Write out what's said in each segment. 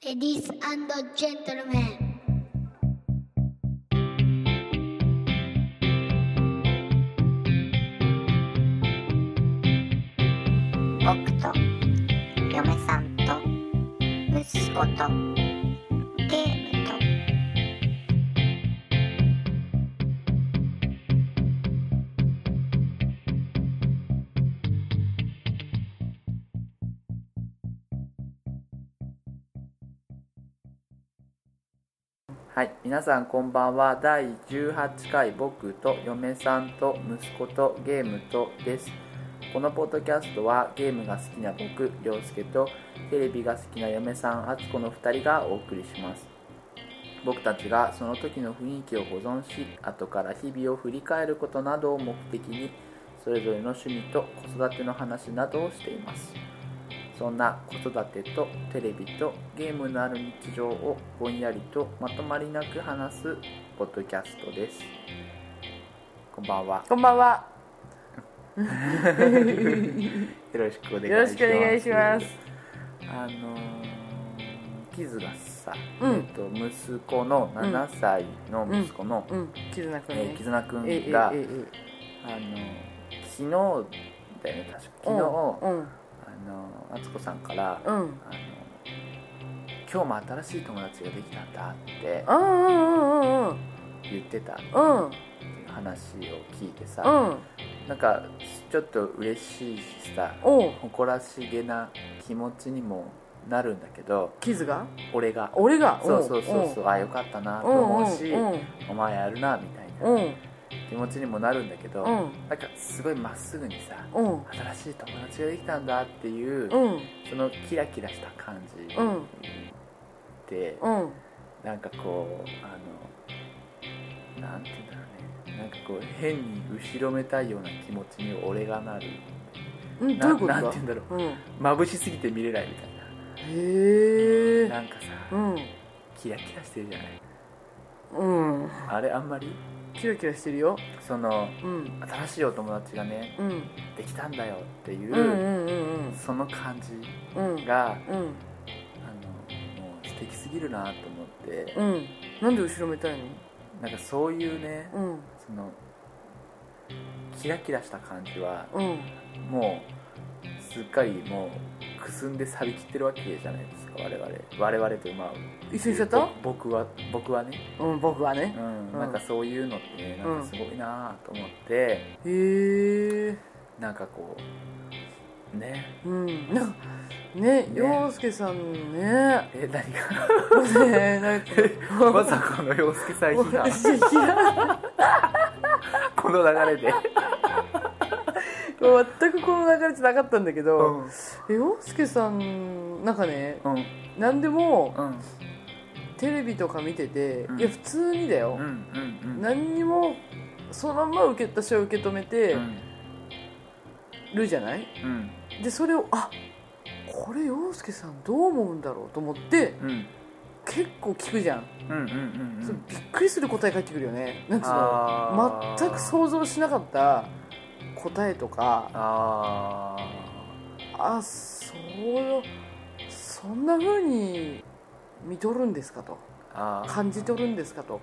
Ladies and gentlemen. 僕と嫁さんと息子とゲームとはい、皆さんこんばんは。第18回僕と嫁さんと息子とゲームとです。このポッドキャストはゲームが好きな僕、陽介とテレビが好きな嫁さん、あつこの2人がお送りします。僕たちがその時の雰囲気を保存し、後から日々を振り返ることなどを目的に、それぞれの趣味と子育ての話などをしています。そんな子育てとテレビとゲームのある日常をぼんやりとまとまりなく話すポッドキャストです。こんばんは。 こんばんは。 よろしくお願いします。 よろしくお願いします。 キズがさ、息子の7歳の息子の、 キズナくんね。 キズナくんが、昨日だよね、確か昨日、あつこさんから、今日も新しい友達ができたんだって言ってた話を聞いてさ、なんかちょっと嬉しいしさ、誇らしげな気持ちにもなるんだけど、 キズが俺がそうあ、よかったなと思うし、お前やるなみたいな気持ちにもなるんだけど、なんかすごいまっすぐにさ、新しい友達ができたんだっていう、そのキラキラした感じで、なんかこうなんていうんだろうね、なんかこう変に後ろめたいような気持ちに俺がなる。 どういうことだ？ なんていうんだろう、眩しすぎて見れないみたいな。 へえ。 なんかさ、キラキラしてるじゃない。あれあんまりキラキラしてるよ。 その、新しいお友達がね、できたんだよっていう、その感じが、もう素敵すぎるなと思って、 なんで後ろめたいの？ なんかそういうね、そのキラキラした感じは、もうすっかりもうくすんで錆びきってるわけじゃないですか、我々と一緒にしちゃった？ 僕はね、 僕はね、 なんかそういうのってね、なんかすごいなと思って、 へえ。 なんかこうね、 なんかね、陽介さんね。 何がなんかまさかの陽介さん批判この流れで全くこの流れじゃなかったんだけど、陽介さんなんかね、何でも、テレビとか見てて、いや普通にだよ、何にもそのまま私は受け止めてるじゃない、でそれをこれ陽介さんどう思うんだろうと思って、結構聞くじゃん、びっくりする答え返ってくるよね。なんつうの、全く想像しなかった答えとか、そんな風に見とるんですかと、感じとるんですかと、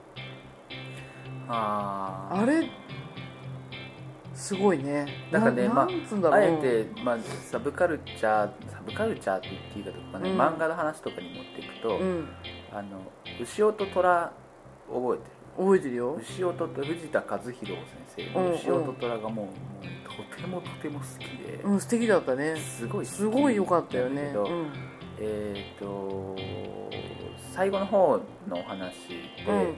あれすごいね。 なんかね、あえて、サブカルチャーって言っていいかどうかね、漫画の話とかに持っていくと、牛尾と虎覚えてるよ。牛尾と藤田和弘先生の牛尾と虎がもうとても好きで、素敵だったね。すごい良かったよね。 最後の方のお話で、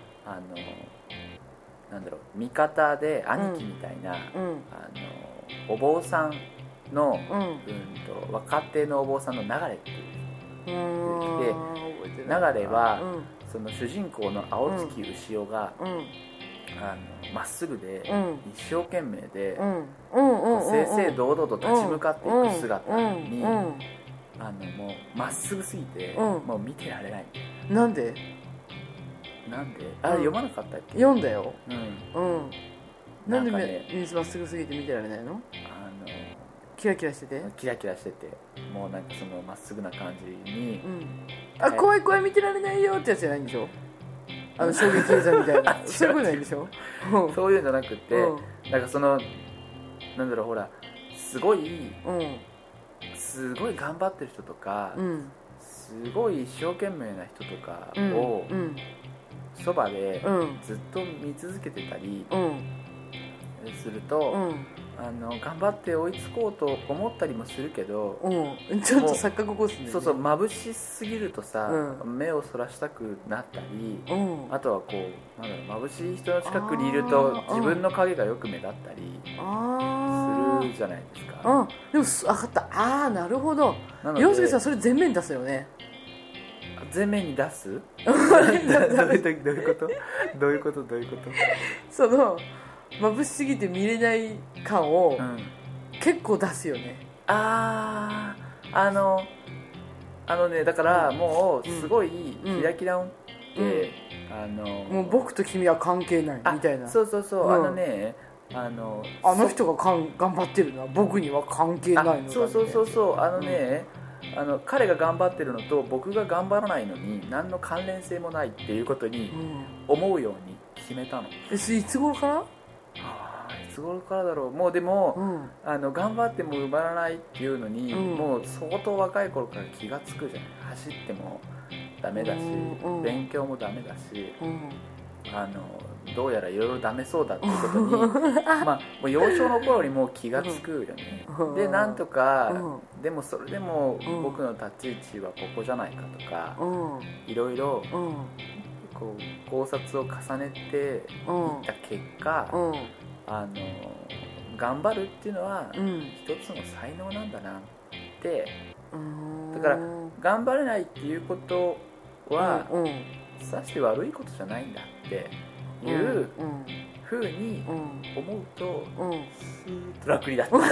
なんだろう、味方で兄貴みたいな、お坊さんの、若手のお坊さんの流れっていうで、流れは、その主人公の青月牛尾がまっすぐで、一生懸命で、正々堂々と立ち向かっていく姿に、もうまっすぐすぎて、もう見てられない。 なんで読まなかったっけ？ 読んだよ。なんでまっすぐすぎて見てられないの？キラキラしてて、 もうなんかそのまっすぐな感じに、 あ、怖い怖い見てられないよってやつじゃないんでしょ。衝撃映像みたいなそういうことないんでしょ。 そういうんじゃなくて、なんかそのなんだろう、ほらすごい頑張ってる人とか、すごい一生懸命な人とかをそばでずっと見続けてたりすると、頑張って追いつこうと思ったりもするけど、 ちょっと錯覚起こすね。 そうそう、眩しすぎるとさ、目をそらしたくなったり、あとはこうなんだろう、眩しい人の近くにいると自分の影がよく目立ったりするじゃないですか。 でも分かった。ああ、なるほど。洋介さんそれ全面に出すよね。 全面に出すどういうことその眩しすぎて見れない感を結構出すよね。 ね、だからもうすごいキラキラ音って、 もう僕と君は関係ないみたいな。 そうそうそう、 あの人が頑張ってるのは僕には関係ないのだみたいな。 そう彼が頑張ってるのと僕が頑張らないのに何の関連性もないっていうことに思うように決めたの。 いつ頃から？ いつ頃からだろう。もうでも、頑張っても埋まらないっていうのに、もう相当若い頃から気がつくじゃない。走ってもダメだし、勉強もダメだし、どうやらいろいろダメそうだっていうことにまあもう幼少の頃にもう気がつくよね。でなんとか、でもそれでも僕の立ち位置はここじゃないかとか、いろいろこう考察を重ねていった結果、頑張るっていうのは一つの才能なんだなって。だから頑張れないっていうことはさして悪いことじゃないんだっていうふうに思うとスーッと楽になった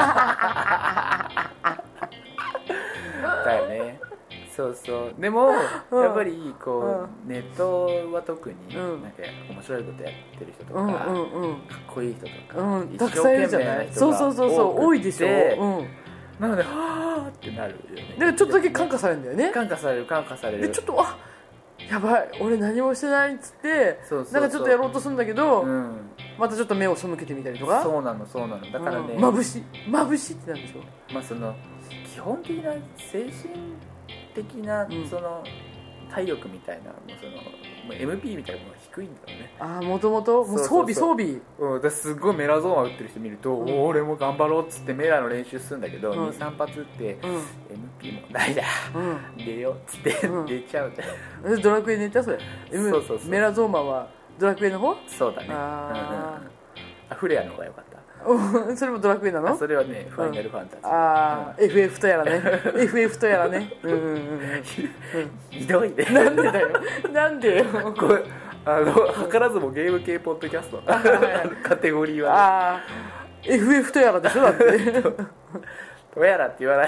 だよね。そうそう。でもやっぱりこうネットは特になんか面白いことやってる人とかかっこいい人とか一生懸命な人が多いでしょ。なのではーってなるよね。 でちょっとだけ感化されるんだよね。 感化される。 でちょっとやばい俺何もしてないっつってなんかちょっとやろうとするんだけど、またちょっと目を背けてみたりとか。 そうなのだからね、 眩しいってなんでしょ。 まあその基本的な精神的なその体力みたいなもうMP みたいなものが低いんだよね。 もともと装備すごいメラゾーマ打ってる人見ると、俺も頑張ろうっつってメラの練習するんだけど、2,3 発打って、MP もないだ、出ようっつって出ちゃうじドラクエ寝たそれ。 そうメラゾーマはドラクエの方？ そうだね。フレアの方が良かった。 それもドラクエなの？ それはね、ファイナルファンタジー。 FF とやらね。FF とやらね。 ひどいね。 なんでだよ。なんでよ。 これ図らずもゲーム系ポッドキャストカテゴリーは。 FF とやらでしょだって。 とやらって言わない。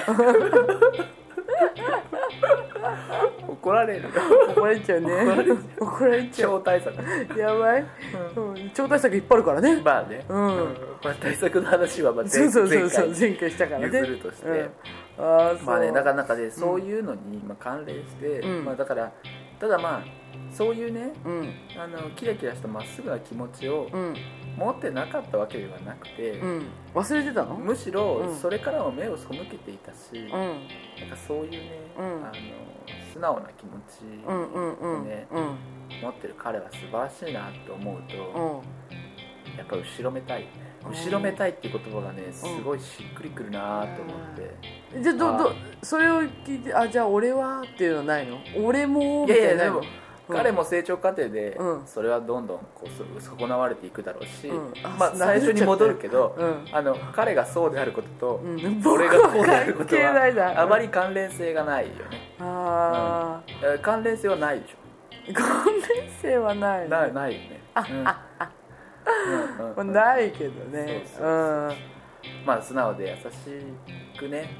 怒られる。 怒られちゃうね。怒られちゃう。 超対策。 やばい。超対策いっぱいあるからね。 まあね。対策の話は前回したからね。 譲るとして。まあね、なかなかでそういうのに関連して、だからただまあそういうね、キラキラしたまっすぐな気持ちを持ってなかったわけではなくて、 忘れてたの？ むしろそれからも目を背けていたし、なんかそういうね、素直な気持ちをね、持ってる彼は素晴らしいなと思うと、やっぱ後ろめたいよね。後ろめたいっていう言葉がねすごいしっくりくるなと思って。 じゃあそれを聞いてじゃあ俺はっていうのはないの？俺もみたいな。 でも彼も成長過程でそれはどんどんこう損なわれていくだろうし、最初に戻るけど、彼がそうであることと俺がこうであることはあまり関連性がないよね。関連性はないでしょ。 関連性はないないよね。 ないけどね。 まあ素直で優しくね、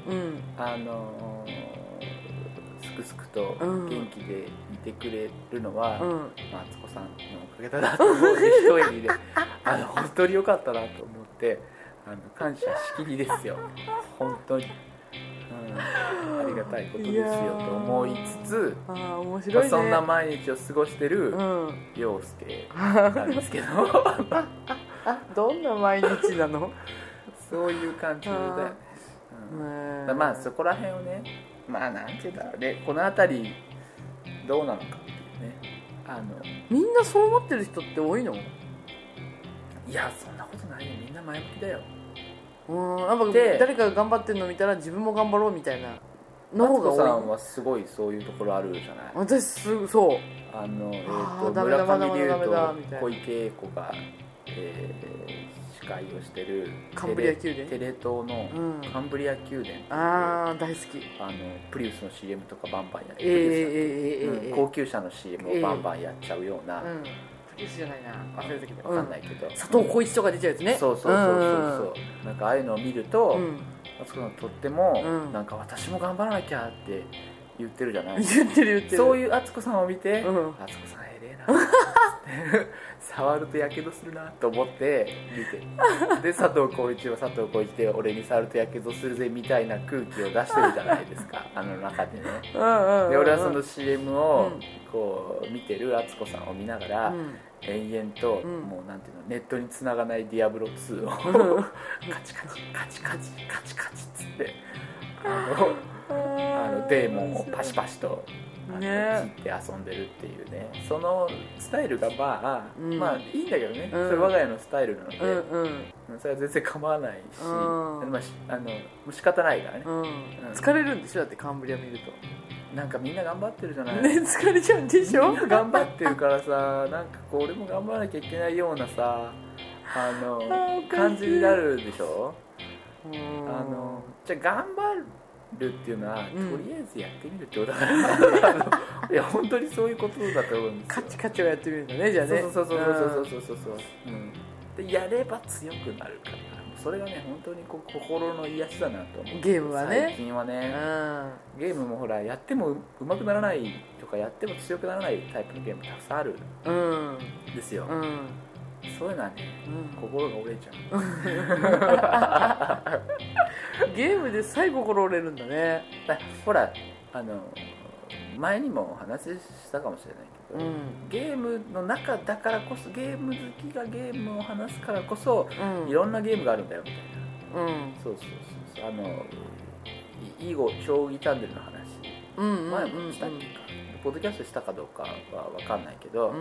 すくすくと元気でいてくれるのはマツコさんのおかげだなと思うね。一重にね、本当に良かったなと思って感謝しきりですよ本当に。 ありがたいことですよと思いつつ、 面白いね、 そんな毎日を過ごしてる陽介なんですけどどんな毎日なのそういう感じだよね、まあそこら辺をね、まあなんていうんだろうね、この辺りどうなのかっていうね、 みんなそう思ってる人って多いの？ いやそんなことないよ、みんな前向きだよ。 やっぱ誰かが頑張ってるのを見たら自分も頑張ろうみたいなの方が多い。 マツコさんはすごいそういうところあるじゃない。 私そう村上龍と小池栄子が、司会をしてるカンブリア宮殿、 テレ東のカンブリア宮殿、 大好き。 プリウスの CM とかバンバンやってる、高級車の CM をバンバンやっちゃうような、 プリウスじゃないな、忘れたけど分かんないけど、 佐藤浩市とか出ちゃうやつね。 そうなんかああいうのを見ると、マツコさんとっても、なんか私も頑張らなきゃって言ってるじゃない。 言ってるそういう敦子さんを見て、敦子さんええなって触るとやけどするなと思って見て、で佐藤浩市は佐藤浩市で俺に触るとやけどするぜみたいな空気を出してるじゃないですかあの中でね。で俺はその CM をこう見てる敦子さんを見ながら、延々と、もうなんていうの、ネットに繋がないディアブロ2をカチカチカチカチカチカチっつってデーモンをパシパシと切って遊んでるっていうね、そのスタイルがまあいいんだけどね、それ我が家のスタイルなので、それは全然構わないし、もう仕方ないからね。 疲れるんでしょ、だってカンブリア見ると。 なんかみんな頑張ってるじゃない。 ね、疲れちゃうんでしょ。 みんな頑張ってるからさ、なんかこう俺も頑張らなきゃいけないようなさ、感じになるでしょ。じゃあ頑張るっていうのは、とりあえずやってみるってことだからいや本当にそういうことだと思うんですよ。 カチカチをやってみるんだね、じゃあね。 そうでやれば強くなるから、それがね本当にこう心の癒しだなと思う。 ゲームはね、 最近はね、ゲームもほらやっても上手くならないとかやっても強くならないタイプのゲームたくさんあるんですよ。そういうのはね、心が折れちゃうゲームで最後心折れるんだね。 ほら前にもお話ししたかもしれないけど、ゲームの中だからこそ、ゲーム好きがゲームを話すからこそ、いろんなゲームがあるんだよみたいな、そう囲碁将棋チャンネルの話、前もしたっけか、ポッドキャストしたかどうかは分かんないけど、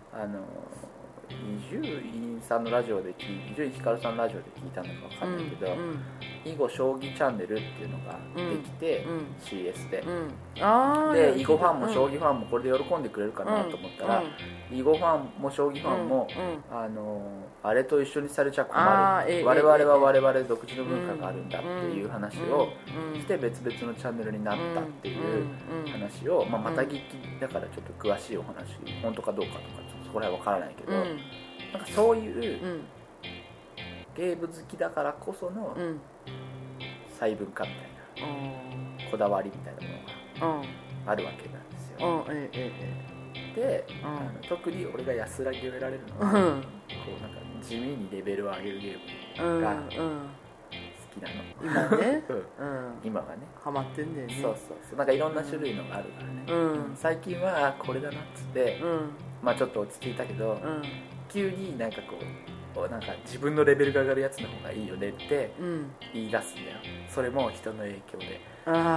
伊集院さんのラジオで伊集院光さんのラジオで聞いたのか分かんないけど、囲碁将棋チャンネルっていうのができて、CS で、で囲碁ファンも将棋ファンもこれで喜んでくれるかなと思ったら、囲碁ファンも将棋ファンも、あれと一緒にされちゃ困る、我々は我々独自の文化があるんだっていう話をして別々のチャンネルになったっていう話を、また聞きだからちょっと詳しいお話本当かどうかとかそこら辺は分からないけど、なんかそういうゲーム好きだからこその細分化みたいな、こだわりみたいなものがあるわけなんですよ。で、特に俺が安らぎを得られるのは、こうなんか地味にレベルを上げるゲームが好きなの。 今ね、 今はねハマってんだよね。 そうなんかいろんな種類のがあるからね、最近はこれだなっつって、まあちょっと落ち着いたけど、急になんかこうなんか自分のレベルが上がるやつの方がいいよねって言い出すんだよ、それも人の影響で。だから、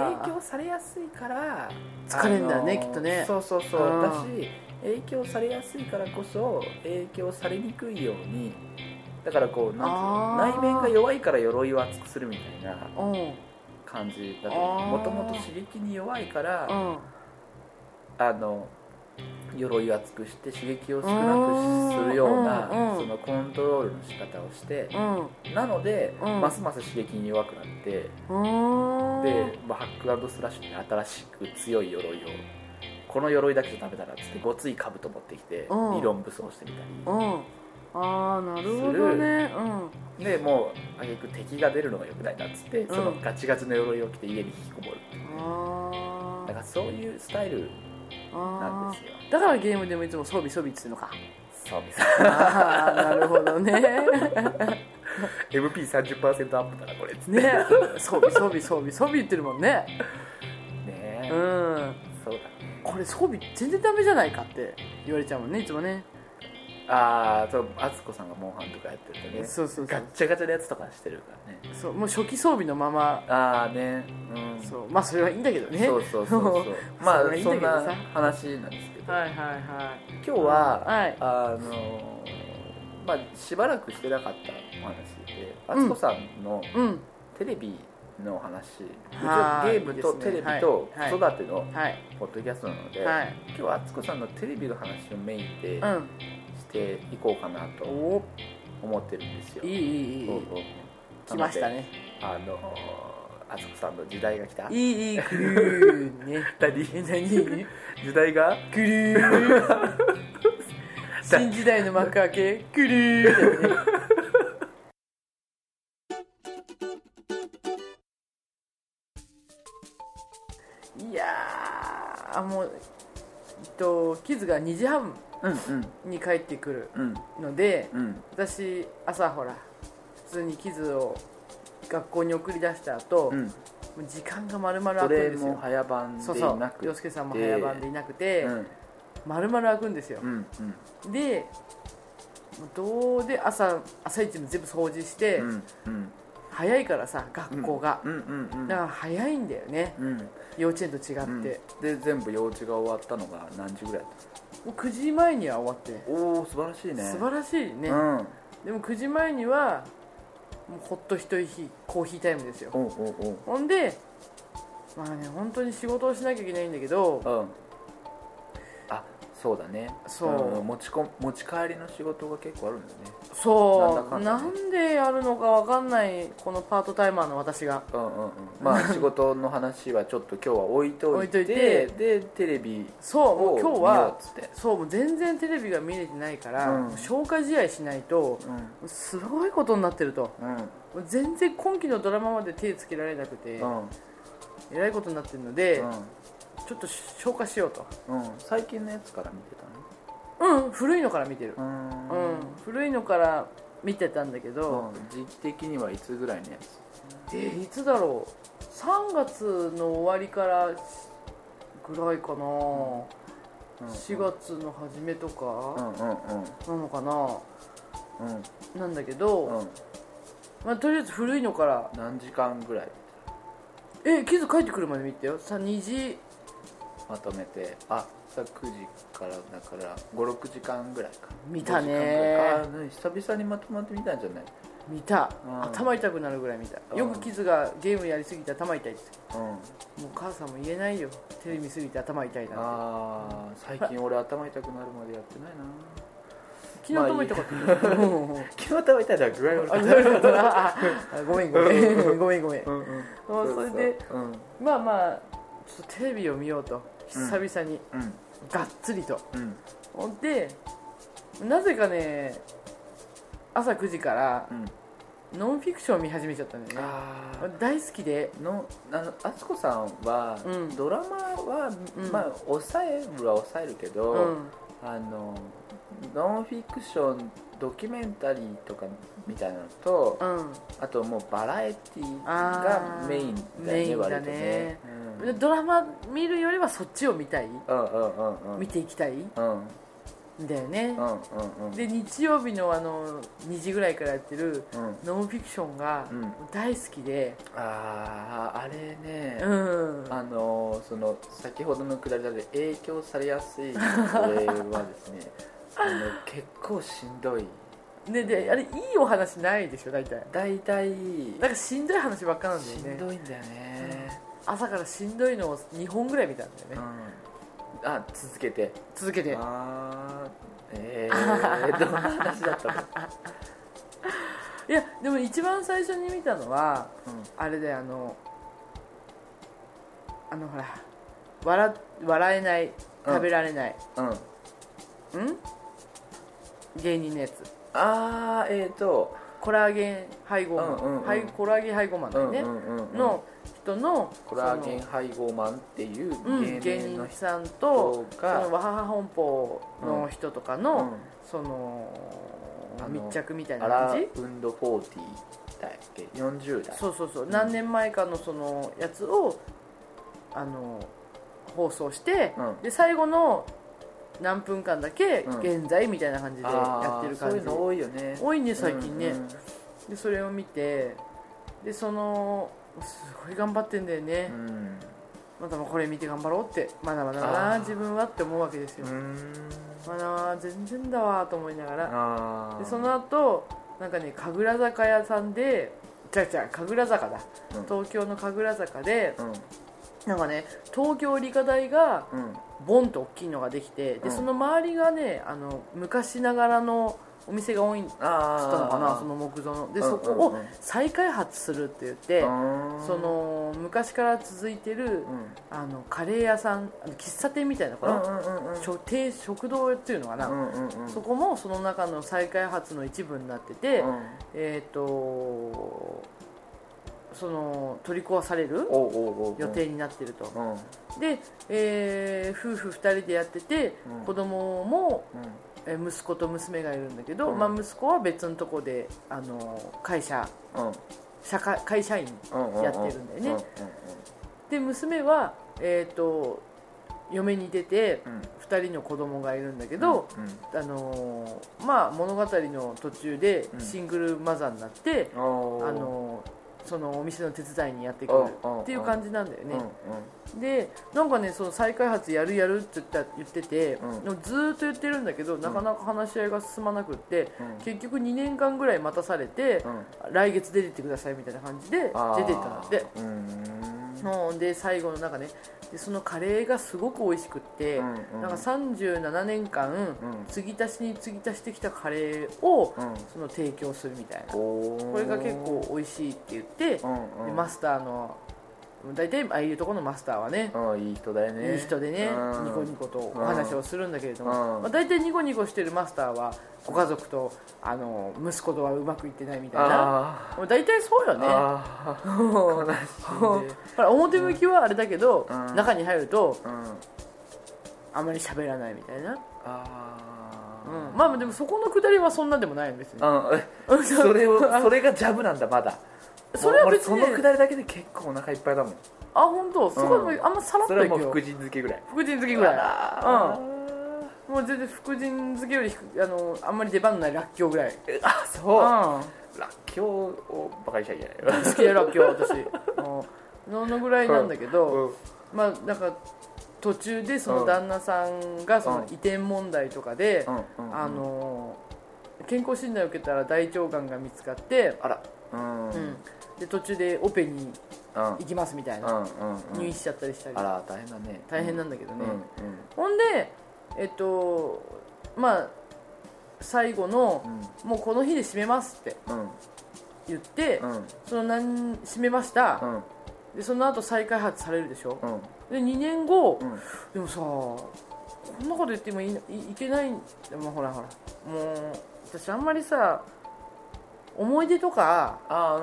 ね、影響されやすいから疲れんだよね、きっとね。 そうだし、影響されやすいからこそ影響されにくいように、だからこう内面が弱いから鎧を厚くするみたいな感じだと、もともと刺激に弱いから、鎧を厚くして刺激を少なくするような、そのコントロールの仕方をして、なので、ますます刺激に弱くなって、で、ハック&スラッシュで新しく強い鎧を、この鎧だけじゃダメだなっつってごつい兜持ってきて理論武装してみたり、 なるほどね。 でもう挙句敵が出るのが良くないなっつって、そのガチガチの鎧を着て家に引きこもるっていう、だからそういうスタイルなんですよ。 だからゲームでもいつも装備っていうのか。 装備なるほどね。 MP30% アップだなこれっつってね装備言ってるもんね。 ねえ、そうだね。 これ装備全然ダメじゃないかって言われちゃうもんね、いつもね。 ああ、そう、敦子さんがモンハンとかやってるとね、 そうガッチャガチャのやつとかしてるからね。 そうもう初期装備のまま。 ああね、 そうまあそれはいいんだけどね。 そうまあそんな話なんですけど、 はい今日は、まあしばらくしてなかったお話で、敦子さんのテレビの話、ゲームとテレビと子育てのポッドキャストなので、今日は敦子さんのテレビの話をメインでしていこうかなと思ってるんですよ。 いい来ましたね。 敦子さんの時代が来た。 いい来るね。何時代が来る新時代の幕開け来るね。いやーもうキズが2時半に帰ってくるので、私朝ほら普通にキズを学校に送り出した後、時間が丸々空くんですよ。 それも早番でいなくて、 洋介さんも早番でいなくて、丸々空くんですよ。でどうで朝一も全部掃除して、早いからさ学校が、だから早いんだよね、幼稚園と違って、 で全部幼稚が終わったのが何時ぐらいだった？ もう9時前には終わって。 おお素晴らしいね。 素晴らしいね、でも9時前にはもうほっと一息コーヒータイムですよ。ほんでまあね本当に仕事をしなきゃいけないんだけど、 あそうだね、 そう持ち帰りの仕事が結構あるんだよね。 そうなんでやるのか分かんないこのパートタイマーの私が、 まあ仕事の話はちょっと今日は置いといてでテレビを今日はそうもう全然テレビが見れてないから、消化試合しないと、すごいことになってると、全然今期のドラマまで手つけられなくて、えらいことになってるので、ちょっと消化しようと、 最近のやつから見てたの？ 古いのから見てる。古いのから見てたんだけど、 時期的にはいつぐらいのやつ？ いつだろう、3月の終わりからぐらいかな、4月の初めとかなのかな、なんだけど、まあ、とりあえず古いのから。 何時間ぐらい？ キズ帰ってくるまで見てよ。2時まとめて、さ9時からだから5、6時間ぐらいか。 見たね。 久々にまとまって見たんじゃない？ 見た、頭痛くなるぐらい見た。よくキズがゲームやりすぎて頭痛いって、もう母さんも言えないよ、テレビ見すぎて頭痛いなんて。 最近俺頭痛くなるまでやってないな。 昨日頭痛かった昨日頭痛いのは具合悪かった。 ごめんそれで、まあちょっとテレビを見ようと久々に、がっつりと、ほんでなぜかね朝9時からノンフィクションを見始めちゃったんだよね。大好きで。 敦子さんは、ドラマは、まあ抑えるけど、ノンフィクションドキュメンタリーとかみたいなのと、あともうバラエティがメインだよね、割とね。ドラマ見るよりはそっちを見たい、見ていきたい、だよね。で日曜日の2時ぐらいからやってるノンフィクションが大好きで、 あれね、その先ほどのくだりで影響されやすいこれはですね結構しんどい。 であれいいお話ないでしょ大体。なんかしんどい話ばっかなんだよね。 しんどいんだよね。 朝からしんどいのを2本ぐらい見たんだよね。 続けてどんな話だったの？ いやでも一番最初に見たのは、あれでほら笑えない食べられない、芸人のやつ。コラーゲン配合マン、コラーゲン配合マンだよね、の人のコラーゲン配合マンっていう芸人さんと、そのワハハ本舗の人とかの、その密着みたいな感じ。 アラウンド40だっけ、40代。 そう、何年前かのそのやつを放送して、で最後の何分間だけ現在みたいな感じでやってる感じ、 そういうの多いよね。 多いね最近ね、でそれを見て、ですごい頑張ってんだよね、まだこれ見て頑張ろうって、まだまだな自分はって思うわけですよ。まだ全然だわと思いながら、でその後なんかね、神楽坂屋さんで、神楽坂だ、東京の神楽坂で、なんかね、東京理科大がボンと大きいのができて、でその周りがね、昔ながらのお店が多いっつったのかな、その木造ので、そこを再開発するって言って、その昔から続いてる、カレー屋さん、喫茶店みたいな、食堂っていうのかな、そこもその中の再開発の一部になってて、その取り壊される予定になってると。で、夫婦2人でやってて、子供も息子と娘がいるんだけど、息子は別のとこで会社員やってるんだよね。で娘は嫁に出て2人の子供がいるんだけど、物語の途中でシングルマザーになって、そのお店の手伝いにやってくるっていう感じなんだよね。でなんかね、その再開発やるって言ってて、ずーっと言ってるんだけど、なかなか話し合いが進まなくって、結局2年間ぐらい待たされて、来月出てってくださいみたいな感じで出てったんだって。で最後のなんかね、でそのカレーがすごく美味しくって、なんか37年間継ぎ足しに継ぎ足してきたカレーをその提供するみたいな、これが結構美味しいって言って、でマスターの大体ああいうところのマスターはね、 いい人だよね、 いい人でね、ニコニコとお話をするんだけれども、大体ニコニコしてるマスターはご家族と息子とはうまくいってないみたいな、大体そうよね。表向きはあれだけど、中に入るとあまり喋らないみたいな。まあでもそこのくだりはそんなでもないんですよ。 それがジャブなんだまだ。 それは別に、 そのくだりだけで結構お腹いっぱいだもん。 本当、そこはあんまさらっといくよ。 それはもう福神漬けぐらい。 福神漬けぐらい。もう全然福神漬けよりあんまり出番のないらっきょうぐらい。 そう。らっきょうをバカにしちゃいけない。 好きだらっきょう私。そのぐらいなんだけど、なんか途中でその旦那さんがその移転問題とかで、健康診断を受けたら大腸がんが見つかって、で途中でオペに行きますみたいな、入院しちゃったりしたり、 大変だね。 大変なんだけどね。ほんで最後の、もうこの日で締めますって言って、締めました、でその後再開発されるでしょ、で2年後、でもさ、こんなこと言っても いけない。でもほらもう私あんまりさ、思い出とか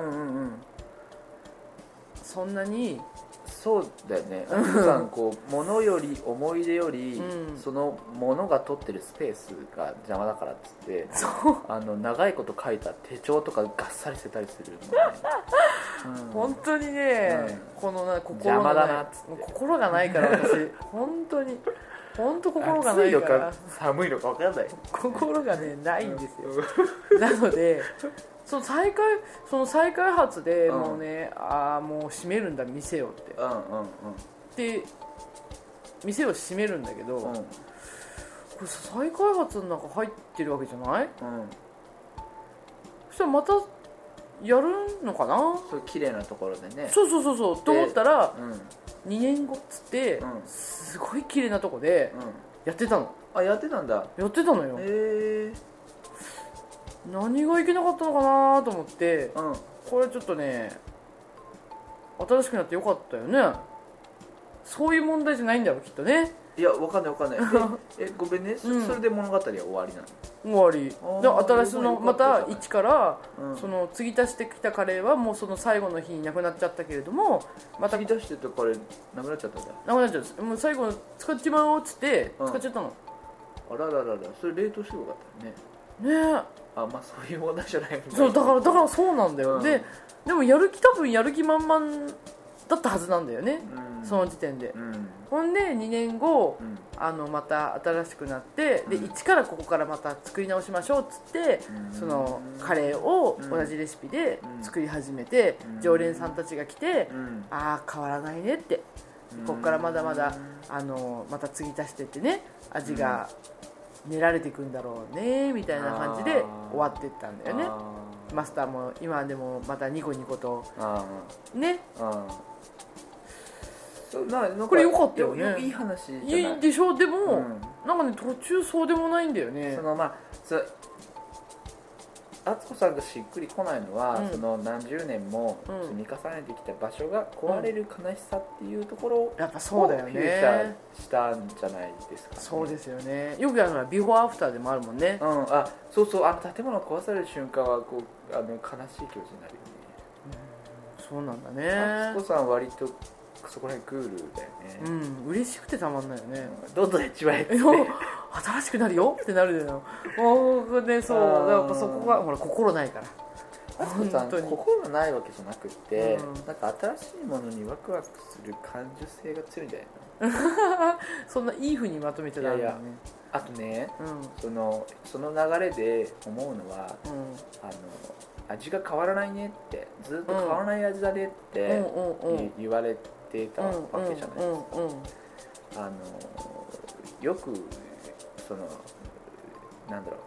そんなに、 そうだよね。さん物より思い出より、その物が取ってるスペースが邪魔だからっつって、長いこと書いた手帳とかがっさり捨てたりするのね。 本当にね、この邪魔だなっつって、 心がないから私本当に心がないから。 暑いのか寒いのか分からない。 心がねないんですよ。なのでその再開発でもうね、もう閉めるんだ店をって、で店を閉めるんだけど、これ再開発の中入ってるわけじゃない、そしたらまたやるのかな、 そう綺麗なところでね。 そうと思ったら、2年後っつって、すごい綺麗なとこでやってたの。 やってたんだ。 やってたのよ。何がいけなかったのかなと思って、これちょっとね、新しくなってよかったよね。そういう問題じゃないんだろうきっとね。 いや、わかんないごめんね、それで物語は終わりなの？ 終わり。新しいのまた一から、その継ぎ足してきたカレーはもうその最後の日になくなっちゃったけれども、また継ぎ足してたカレーなくなっちゃったんだ。 なくなっちゃった。もう最後の使っちまおうっつって使っちゃったの。 あらららら、それ冷凍してよかったね。 ねえ、 あ、まあそういう問題じゃない。 そうだからそうなんだよ、うん、でも多分やる気満々だったはずなんだよね、うん、その時点で、うん、ほんで2年後、うん、また新しくなって、で一からここからまた作り直しましょうっつって、うん、そのカレーを同じレシピで作り始めて、うん、常連さんたちが来て、うん、ああ変わらないねって、ここからまだまだまた継ぎ足してってね、味が練られていくんだろうねみたいな感じで終わっていったんだよね。マスターも今でもまたニコニコとね、これ良かったよね。 いい話じゃない。 いいでしょ。でも、うん、なんかね途中そうでもないんだよね。 敦子さんがしっくりこないのは、うん、その何十年も積み重ねてきた場所が壊れる悲しさっていうところを、 やっぱそうだよね、 フューチャーしたんじゃないですか、ね、 そうですよね。よくやるのはビフォーアフターでもあるもんね、 うん、あ、そうそう、建物が壊される瞬間はこう悲しい気持ちになるよね、 うん、そうなんだね。 敦子さんは割とそこら辺クールだよね。 うん、嬉しくてたまんないよね。 どんどん一番新しくなるよってなるよ。もうね、そうやっぱそこがほら心ないから。 敦子さん心ないわけじゃなくて、うん、なんか新しいものにワクワクする感受性が強いんじゃないの？ そんないい風にまとめちゃダメだよね。 あとね、うん、その流れで思うのは、うん、味が変わらないねって、ずっと変わらない味だねって言われてたわけじゃないですか。よくなんだろう、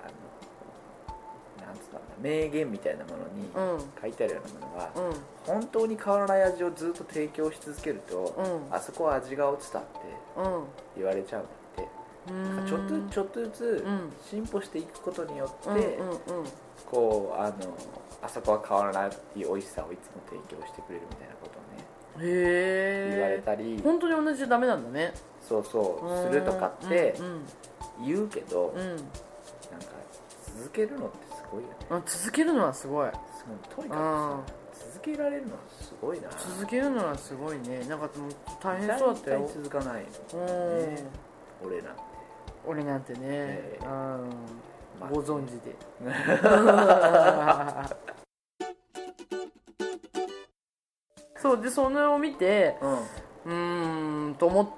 なんつったかな、名言みたいなものに書いてあるようなものは、うん、本当に変わらない味をずっと提供し続けると、うん、あそこは味が落ちたって言われちゃうんだって、うん、ちょっとずつ進歩していくことによって、うんうんうん、こうあそこは変わらない美味しさをいつも提供してくれるみたいなことをね、言われたり、 本当に同じじゃダメなんだね。 そうするとかって言うけど、うん、なんか続けるのってすごいよね。 続けるのはすごい。 とにかくさ、続けられるのはすごいな。 続けるのはすごいね。なんか大変そうだったよ。 絶対続かないの、ね、俺なんてね、 ご存知でそうで、それを見て、と思って、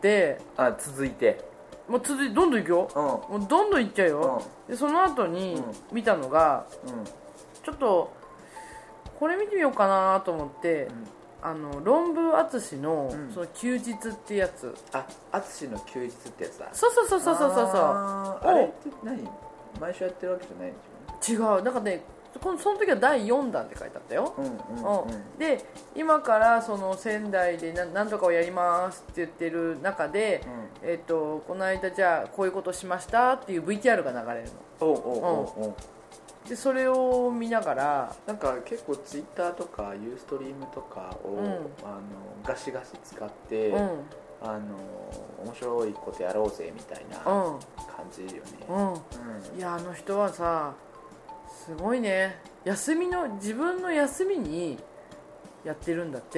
続いてもうどんどん行くよ、もうどんどん行っちゃうよ、でその後に見たのが、ちょっとこれ見てみようかなと思って、論文淳のその休日ってやつ、 淳の休日ってやつだ。 そうあれって何、毎週やってるわけじゃないんでしょ？違う、なんかね、その時は第4弾って書いてあったよ。で今からその仙台で何とかをやりますって言ってる中で、この間じゃあこういうことしましたっていう VTR が流れるの。でそれを見ながら、 なんか結構ツイッターとかユーストリームとかを、ガシガシ使って、面白いことやろうぜみたいな感じよね。 いや、あの人はさすごいね。自分の休みにやってるんだって。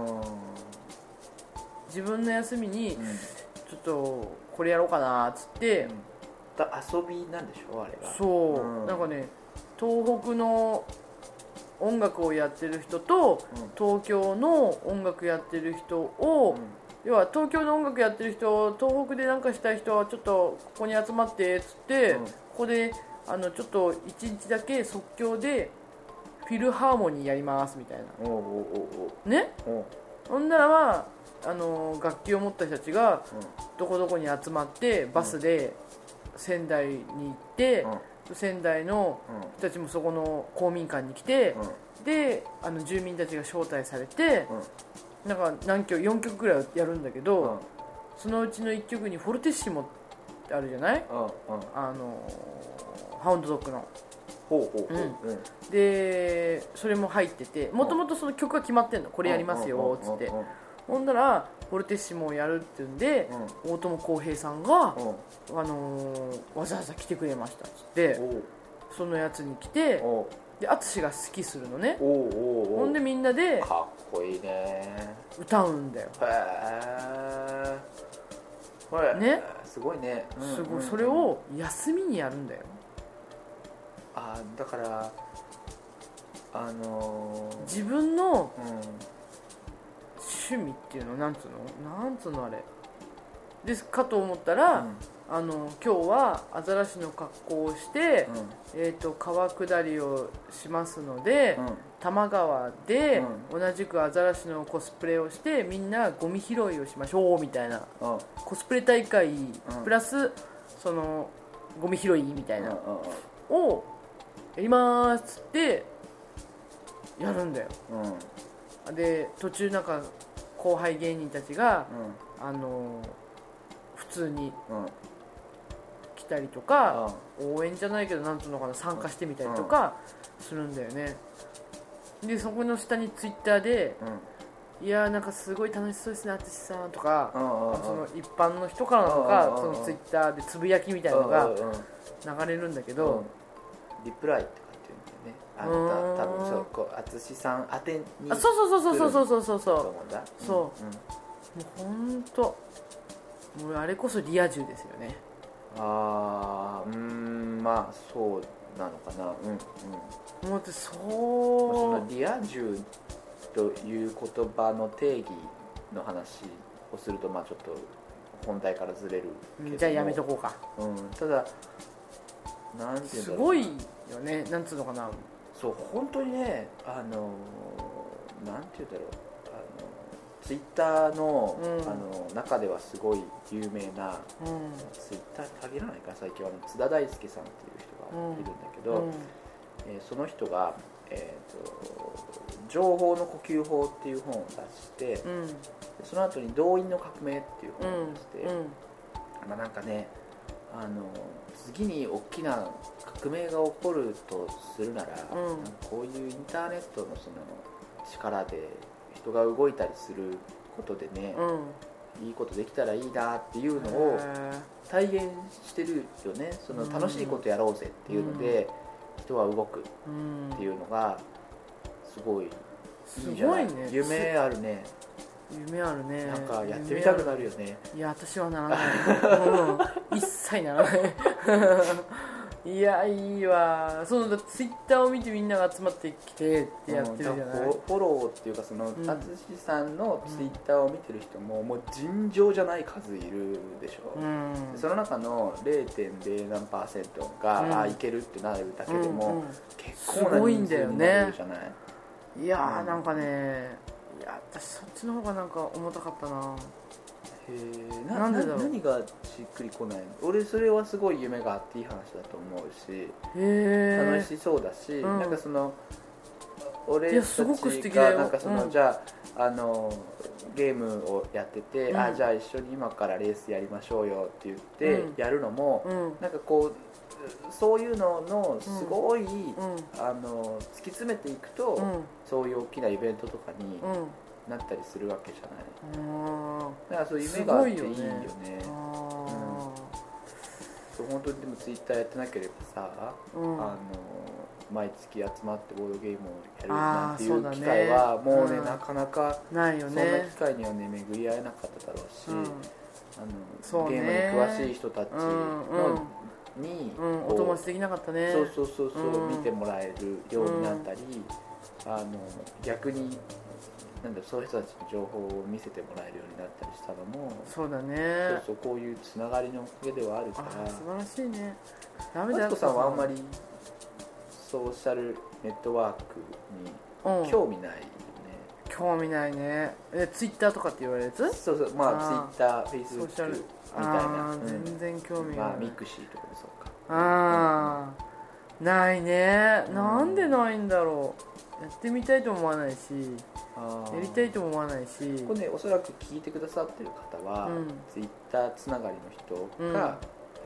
自分の休みにちょっとこれやろうかなっつって、 遊びなんでしょあれが。 そう、なんかね、東北の音楽をやってる人と、東京の音楽やってる人を、要は東京の音楽やってる人、東北で何かしたい人はちょっとここに集まってっつって、ここでちょっと1日だけ即興でフィルハーモニーやりますみたいなね。ほんならは楽器を持った人たちがどこどこに集まってバスで仙台に行って、仙台の人たちもそこの公民館に来て、で住民たちが招待されて、なんか4曲ぐらいやるんだけど、そのうちの1曲にフォルテッシモってあるじゃない、ハウンドドッグの。でそれも入ってて、もともとその曲が決まってんの、これやりますよっつって。ほんならフォルテッシモをやるって言うんで、大友康平さんが、わざわざ来てくれましたっつって、そのやつに来て、で淳が好きするのね。ほんでみんなでかっこいいね歌うんだよ。 ね、すごいね。 すごい、それを休みにやるんだよ。 だから自分の趣味っていうのなんつうのあれですかと思ったら、今日はアザラシの格好をして、川下りをしますので、多摩川で同じくアザラシのコスプレをしてみんなゴミ拾いをしましょうみたいな、コスプレ大会プラスそのゴミ拾いみたいなをやりますってやるんだよ、で途中なんか後輩芸人たちが、普通に来たりとか、応援じゃないけどなんつうのかな、参加してみたりとかするんだよね。でそこの下にツイッターで、いやーなんかすごい楽しそうですね淳さんとか、その一般の人からのか、そのツイッターでつぶやきみたいなのが流れるんだけど、 リプライとかっていうんだよね。多分そうこう淳さん宛てに、 そうそうもう本当もうあれこそリア充ですよね。 まあそうなのかな。 もうそのリア充という言葉の定義の話をすると、まあちょっと本題からずれるけど、 じゃあやめとこうか。 ただなんていうんだろう、 すごいよね、なんつうのかな。 そう本当にね、なんていうんだろう、ツイッターの、中ではすごい有名な、ツイッターに限らないか最近は津田大介さんっていう人がいるんだけど、その人が、情報の呼吸法っていう本を出して、その後に動員の革命っていう本を出して、なんかね、次に大きな革命が起こるとするなら、こういうインターネットのその力で人が動いたりすることでね、いいことできたらいいなっていうのを体現してるよね。その楽しいことやろうぜっていうので、人は動くっていうのがすごいいいじゃない。夢あるね。 夢あるね。 なんかやってみたくなるよね。 いや私はならない、一切ならないいやいいわ。そのツイッターを見てみんなが集まってきてってやってるじゃない。 フォローっていうか、その淳さんのツイッターを見てる人ももう尋常じゃない数いるでしょ。その中の 0.0 何%が、いけるってなるだけでも、結構な人数になるじゃない。 いやなんかね、いや私そっちの方がなんか重たかったな。 なんでだろう。何がしっくりこないの。俺それはすごい夢があっていい話だと思うし、楽しそうだし、なんかその俺たちがなんかその、じゃあゲームをやってて、じゃあ一緒に今からレースやりましょうよって言ってやるのも、なんかこうそういうののすごい、突き詰めていくと、そういう大きなイベントとかになったりするわけじゃない。だからそういう夢があっていいよね。そう本当にでもツイッターやってなければさ、毎月集まってボードゲームをやるなんていう機会はもうね、なかなかないよね。 そんな機会にはね巡り合えなかっただろうし、ゲームに詳しい人たちのにお友達できなかったね。 そう見てもらえるようになったり、逆になんだそういう人たちの情報を見せてもらえるようになったりしたのも、 そうだね。 そうこういうつながりのおかげではあるから。 素晴らしいね。 ダメだよ。マツコさんはあんまりソーシャルネットワークに興味ないよね。 興味ないね。ツイッターとかって言われるやつ？ そうまあツイッター、フェイスブックみたいな。 全然興味ない。 ミクシーとかもそうか。 ないね。なんでないんだろう。やってみたいと思わないし、やりたいとも思わないし。 これね、おそらく聞いてくださってる方は、ツイッターつながりの人が、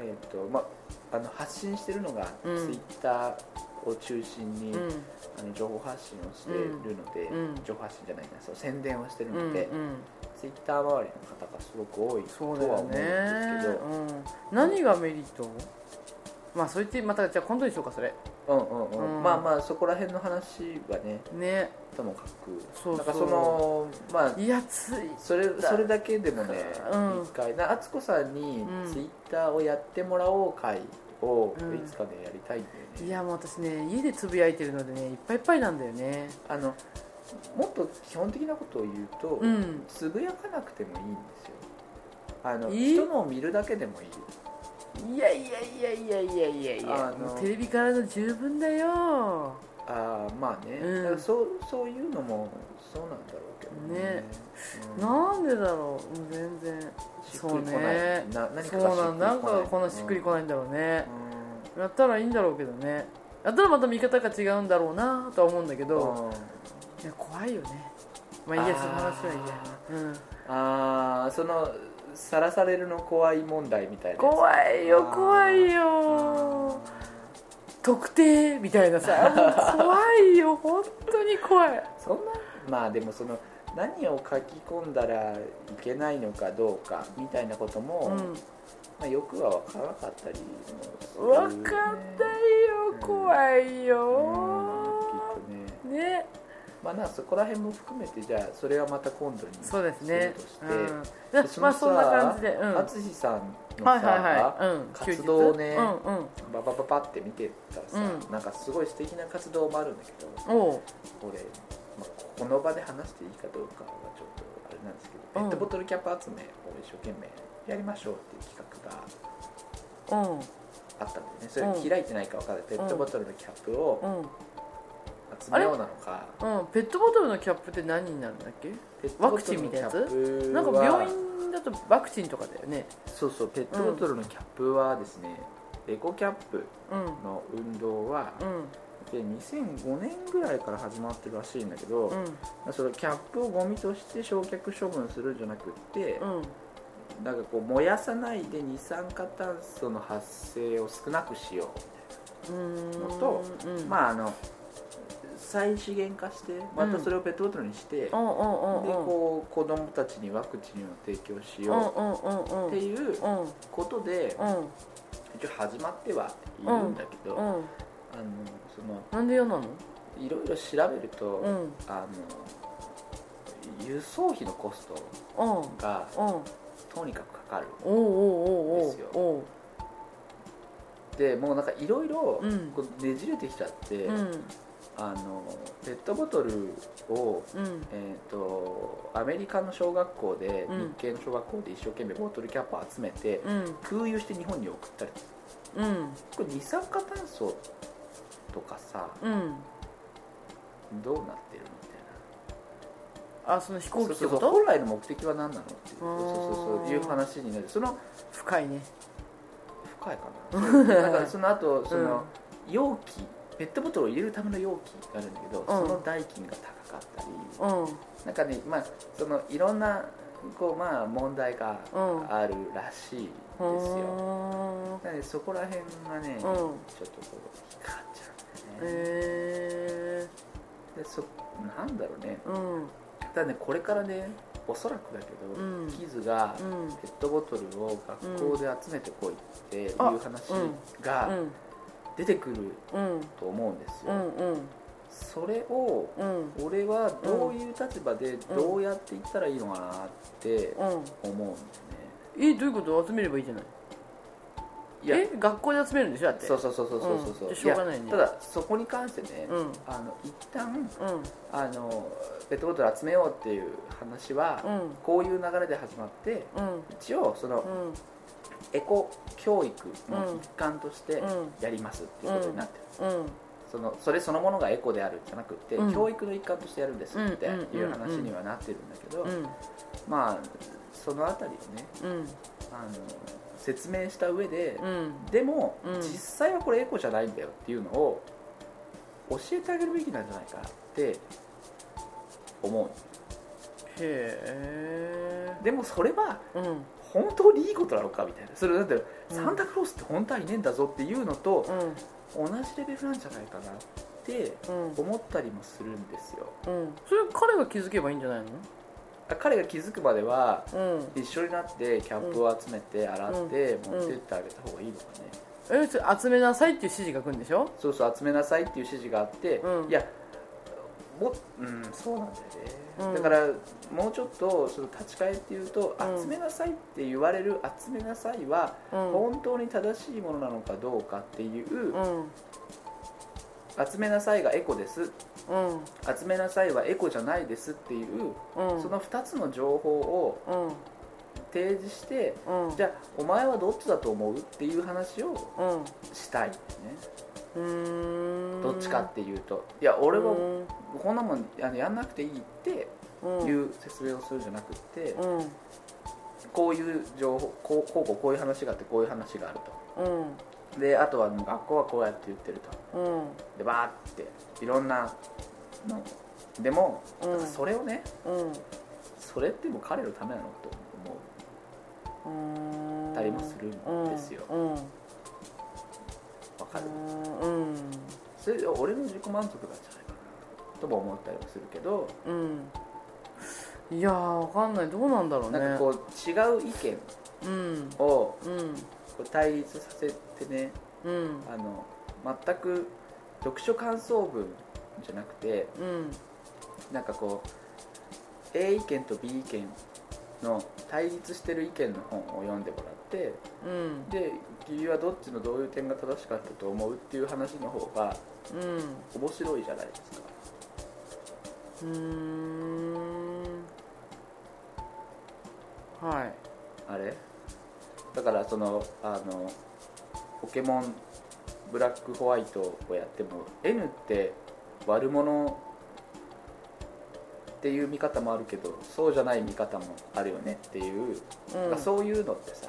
発信してるのがツイッターを中心に、情報発信をしているので、情報発信じゃないな、そう宣伝をしているので、ツイッター周りの方がすごく多いとは思うんですけど、 何がメリット？まあそれってまたじゃあ今度にしようかそれ。 まあそこら辺の話はねともかく、なんかそのいやそれだけでもね、一回敦子さんにツイッターをやってもらおう会をいつかでやりたいんだよね。 いやもう私ね家でつぶやいてるのでねいっぱいいっぱいなんだよね。 もっと基本的なことを言うと、つぶやかなくてもいいんですよ。人のを見るだけでもいい。 いやテレビからの十分だよ。 まあね、そういうのもそうなんだろうけどね。 なんでだろう。全然そうね。なんかこんなしっくりこないんだろうね。やったらいいんだろうけどね。やったらまた見方が違うんだろうなとは思うんだけど、いや怖いよね。まあいいや、その話はいいや。 そのさらされるの怖い問題みたいな。 怖いよ。特定みたいなさ、もう怖いよ、本当に怖い。 そんな、まあでもその何を書き込んだらいけないのかどうかみたいなことも、まあ、よくは分からなかったりもする、ね、 分かったよ、怖いよ、 きっとね。まあ、そこら辺も含めてじゃあそれはまた今度にそうですね、 そのさ、 そんな感じで淳さんのさ、活動をね、ババって見てたらさ、なんかすごい素敵な活動もあるんだけど、俺、この場で話していいかどうかはちょっとあれなんですけど、ペットボトルキャップ集めを一生懸命やりましょうっていう企画があったんだよね。それ開いてないか分からない、ペットボトルのキャップを集めようなのか、 ペットボトルのキャップって何になるんだっけ？ワクチンみたいなやつ？なんか病院だとワクチンとかだよね。 そうそう、ペットボトルのキャップはですね、エコキャップの運動は、で2005年ぐらいから始まってるらしいんだけど、そのキャップをゴミとして焼却処分するんじゃなくって、なんかこう燃やさないで二酸化炭素の発生を少なくしようみたいなのと、まあ再資源化してまたそれをペットボトルにして、でこう子どもたちにワクチンを提供しようっていうことで一応始まってはいるんだけど、そのなんで嫌なの？ いろいろ調べると、輸送費のコストがとにかくかかるんですよ。でもうなんかいろいろねじれてきちゃって、ペットボトルを、アメリカの小学校で、日系の小学校で一生懸命ボトルキャップを集めて、空輸して日本に送ったり、これ二酸化炭素とかさ、どうなってるのみたいな。 その飛行機ってこと？ 本来の目的は何なのってそういう話になる。その深いね。 深いかな。だからその後その容器、ペットボトルを入れるための容器があるんだけど、その代金が高かったり、なんかね、まあそのいろんな問題があるらしいんですよ。なのでそこら辺がね、ちょっとこう引っかかっちゃうんだよね。 でなんだろうね。ただね、これからね、おそらくだけど、キズがペットボトルを学校で集めてこいっていう話が出てくると思うんですよ。それを俺はどういう立場でどうやっていったらいいのかなって思うんだよね。 どういうこと？集めればいいじゃない。学校で集めるんでしょ、だって。 そう。 しょうがないね。 ただそこに関してね、一旦ペットボトル集めようっていう話はこういう流れで始まって、一応そのエコ教育の一環としてやりますっていうことになってる。それそのものがエコであるんじゃなくて、教育の一環としてやるんですっていう話にはなってるんだけど、まあそのあたりをね、説明した上で、でも、実際はこれエコじゃないんだよっていうのを教えてあげるべきなんじゃないかって思う。でもそれは、本当にいいことなのかみたいな。それだってサンタクロースって本当はいねえんだぞっていうのと、同じレベルなんじゃないかなって思ったりもするんですよ。 それ彼が気づけばいいんじゃないの？ 彼が気づくまでは、一緒になってキャップを集めて洗って持ってってあげた方がいいのかね。 集めなさいっていう指示が来るんでしょ？ そう、集めなさいっていう指示があって、いやそうなんだよね、だからもうちょっとその立ち返っていうと、集めなさいって言われる集めなさいは本当に正しいものなのかどうかっていう、集めなさいがエコです、集めなさいはエコじゃないですっていう、その2つの情報を提示して、じゃあお前はどっちだと思うっていう話をしたいんですね、どっちかっていうと、いや俺はこんなもんやんなくていいっていう説明をするんじゃなくて、こういう情報こういう話があってこういう話があると、であとは学校はこうやって言ってると、でバーっていろんなのでも、それをね、それってもう彼のためなのと思ったりもするんですよ。わかる？それで俺の自己満足なんじゃないかなとも思ったりもするけど、 いやわかんない、どうなんだろうね。 なんかこう違う意見をこう対立させてね、全く読書感想文じゃなくて、なんかこう A 意見と B 意見の対立してる意見の本を読んでもらって、で君はどっちのどういう点が正しかったと思うっていう話の方が面白いじゃないですか。 はい。 あれだからそのポケモンブラックホワイトをやっても N って悪者っていう見方もあるけど、そうじゃない見方もあるよねっていう、そういうのってさ、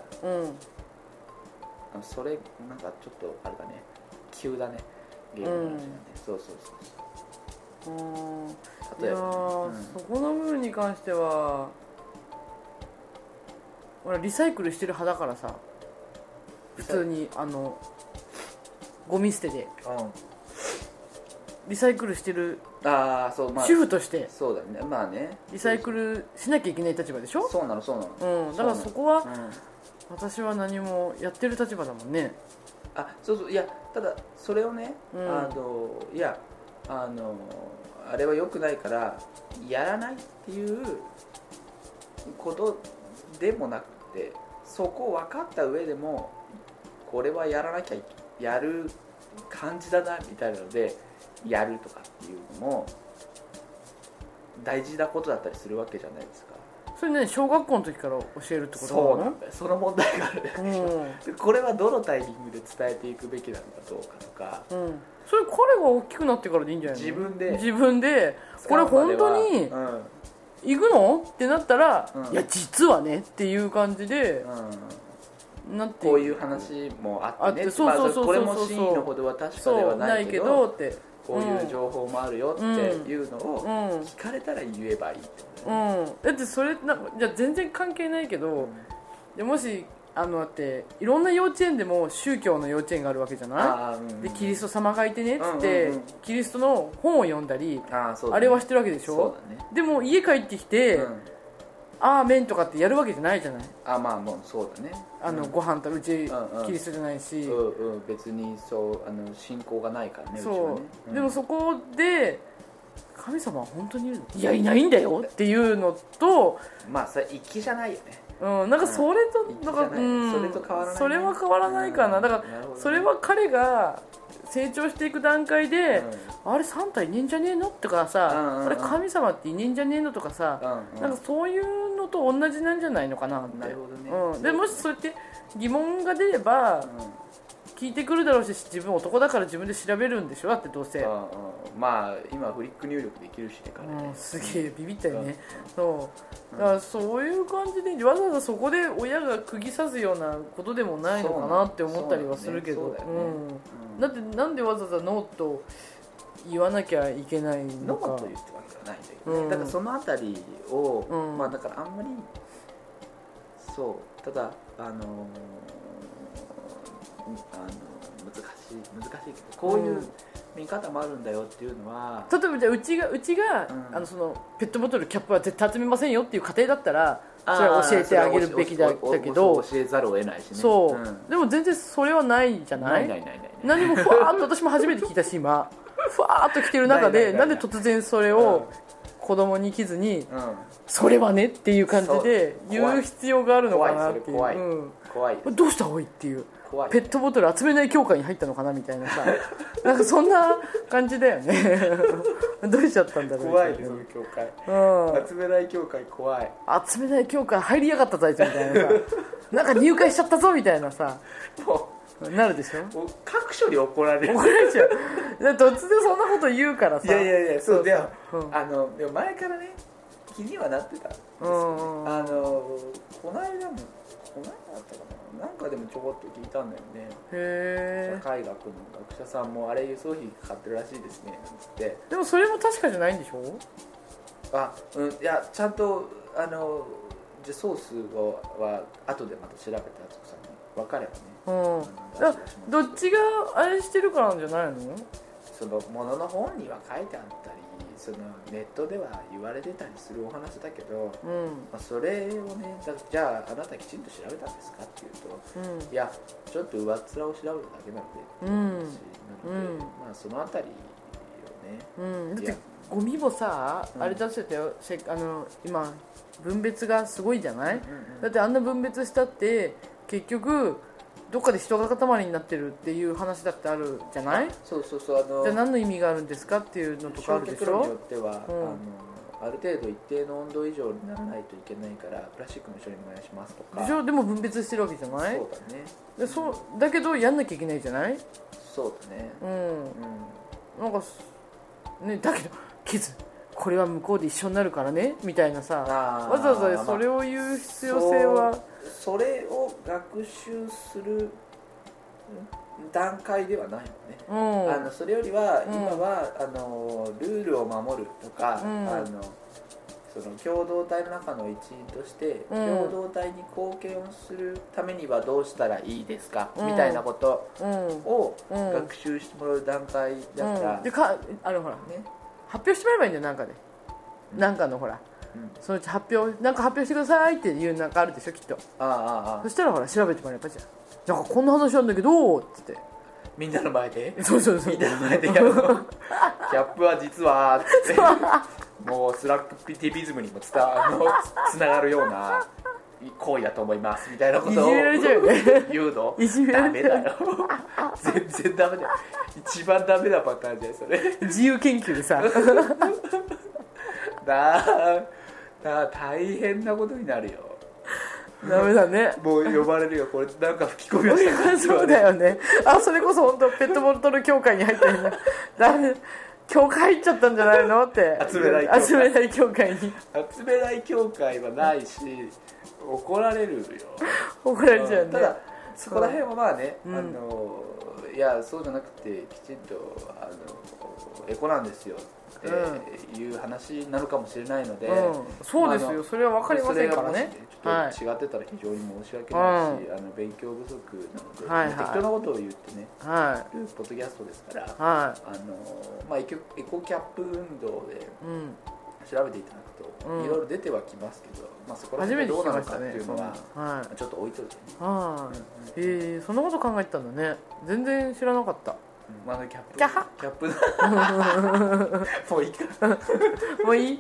それなんかちょっとあれだね、急だね、ゲームの話なんで、そう例えば、 そこの部分に関しては俺リサイクルしてる派だからさ、普通にゴミ捨てで、リサイクルしてる主婦として、 そうだね、まあね、 リサイクルしなきゃいけない立場でしょ。 そうなの、 だからそこは、私は何もやってる立場だもんね。 いやただそれをね、いやあれは良くないからやらないっていうことでもなくて、そこを分かった上でもこれはやらなきゃやる感じだなみたいなのでやるとかっていうのも大事なことだったりするわけじゃないですか。 それね、小学校の時から教えるってことなの？ そうなんだよ、その問題があるね、これはどのタイミングで伝えていくべきなのかどうかとか、 それ彼が大きくなってからでいいんじゃないの？自分でこれ本当に行くのってなったら、いや実はねっていう感じで、なってこういう話もあってね、これも真意のほどは確かではないけどってこういう情報もあるよっていうのを聞かれたら言えばいいってことだね。 だってそれじゃあ全然関係ないけど、もしだっていろんな幼稚園でも宗教の幼稚園があるわけじゃない、でキリスト様がいてねっつって、キリストの本を読んだり、あれはしてるわけでしょ。そうだね。でも家帰ってきて、アーメンとかってやるわけじゃないじゃない。 まあもうそうだね。 ご飯とうちキリストじゃないし、 別にそう信仰がないからね。 そう、 うちはね。 でもそこで神様は本当にいるの？いやいないんだよっていうのと、 それ粋じゃないよね。 なんかそれとなんか、 それと変わらない、ね。 それは変わらないかな。だからそれは彼が成長していく段階で、あれサンタいねえんじゃねえのとかさ、あれ神様っていねえんじゃねえのとかさ、なんかそういうのと同じなんじゃないのかなって。 なるほどね。 でもしそうやって疑問が出れば、聞いてくるだろうし、自分男だから自分で調べるんでしょ。だってどうせ今フリック入力できるしね、 すげえビビったよね。そうだからそういう感じでわざわざそこで親が釘刺すようなことでもないのかなって思ったりはするけど、だってなんでわざわざノーと言わなきゃいけないのか。 ノーと言ってわけはないんだけどね、だからそのあたりを、だからあんまりただ難しいけど、こういう見方もあるんだよっていうのは、 例えばじゃあうちが、そのペットボトルキャップは絶対集めませんよっていう家庭だったら、それは教えてあげるべきだけど、 教えざるを得ないしね。 でも全然それはないじゃない。何もふわーっと私も初めて聞いたし、今ふわーっと来てる中でなんで突然それを子供に来ずに、それはねっていう感じで言う必要があるのかなっていう。 怖いどうしたおいっていう、ペットボトル集めない協会に入ったのかなみたいなさなんかそんな感じだよねどうしちゃったんだろう。 怖いね、その協会、集めない協会怖い。 集めない協会入りやがったぞあいつみたいなさなんか入会しちゃったぞみたいなさなるでしょ。 各所に怒られる。 怒られちゃう突然そんなこと言うからさ。 いやそうでも、でも前からね気にはなってたんですよね。この間だったかな、なんかでもちょこっと聞いたんだよね。 へ社会学の学者さんもあれ輸送費かかってるらしいですねなんつって。 でもそれも確かじゃないんでしょ。 いやちゃんとじゃあソースは後でまた調べて敦子さんに分かればね。 どっちがあれしてるからなんじゃないの。 そのものの本には書いてあったり、そのネットでは言われてたりするお話だけど、それをね、じゃああなたきちんと調べたんですかっていうと、いやちょっと上っ面を調べただけなのでっていう話なので、そのあたりをね、 だってゴミもさ、あれ出せたよ、今分別がすごいじゃない、だってあんな分別したって結局どっかで人が塊になってるっていう話だってあるじゃない。 そうじゃあ何の意味があるんですかっていうのとかあるでしょ。 焼却炉によっては、ある程度一定の温度以上にならないといけないからプラスチックの処理お願いしますとかでしょ。でも分別してるわけじゃない。 そうだね。 だけどやんなきゃいけないじゃない。 そうだね。 なんかね、だけどキズこれは向こうで一緒になるからねみたいなさ、わざわざそれを言う必要性は、 それを学習する段階ではないのね。それよりは今は、ルールを守るとか、その共同体の中の一員として共同体に貢献をするためにはどうしたらいいですか、みたいなことを学習してもらう段階だから、 でほらね、発表してもらえばいいんだよ。なんかで、なんかのほら、そのうち発表してくださいっていうなんかあるでしょきっと。そしたらほら調べてもらえばじゃん。なんかこんな話なんだけどっつってみんなの前でそうみんなの前でやるのキャップは実はっつってもうスラックピティビズムにもつながるような行為だと思いますみたいなことを言うの。ダメだよ全然ダメだよ。一番ダメなパターンじゃんそれ。 自由研究でさ大変なことになるよ。 ダメだね。 もう呼ばれるよ。これなんか吹き込みをした感じは、 そうだよね。それこそ本当ペットボトル協会に入ってるんだ。ダメ、協会入っちゃったんじゃないのって。 集めない協会に。集めない協会はないし怒られるよ。怒られちゃうね。ただそこら辺はまあね、いやそうじゃなくてきちんとエコなんですよっていう話になるかもしれないので、 そうですよ。それは分かりませんからね。 ちょっと違ってたら非常に申し訳ないし、勉強不足なので、適当なことを言ってね、ポッドキャストですから、エコキャップ運動で調べていただくといろいろ出てはきますけど、そこら辺でどうなのかっていうのはちょっと置いといてね。 そんなこと考えてたんだね。全然知らなかった。 キャップもういいかもういい、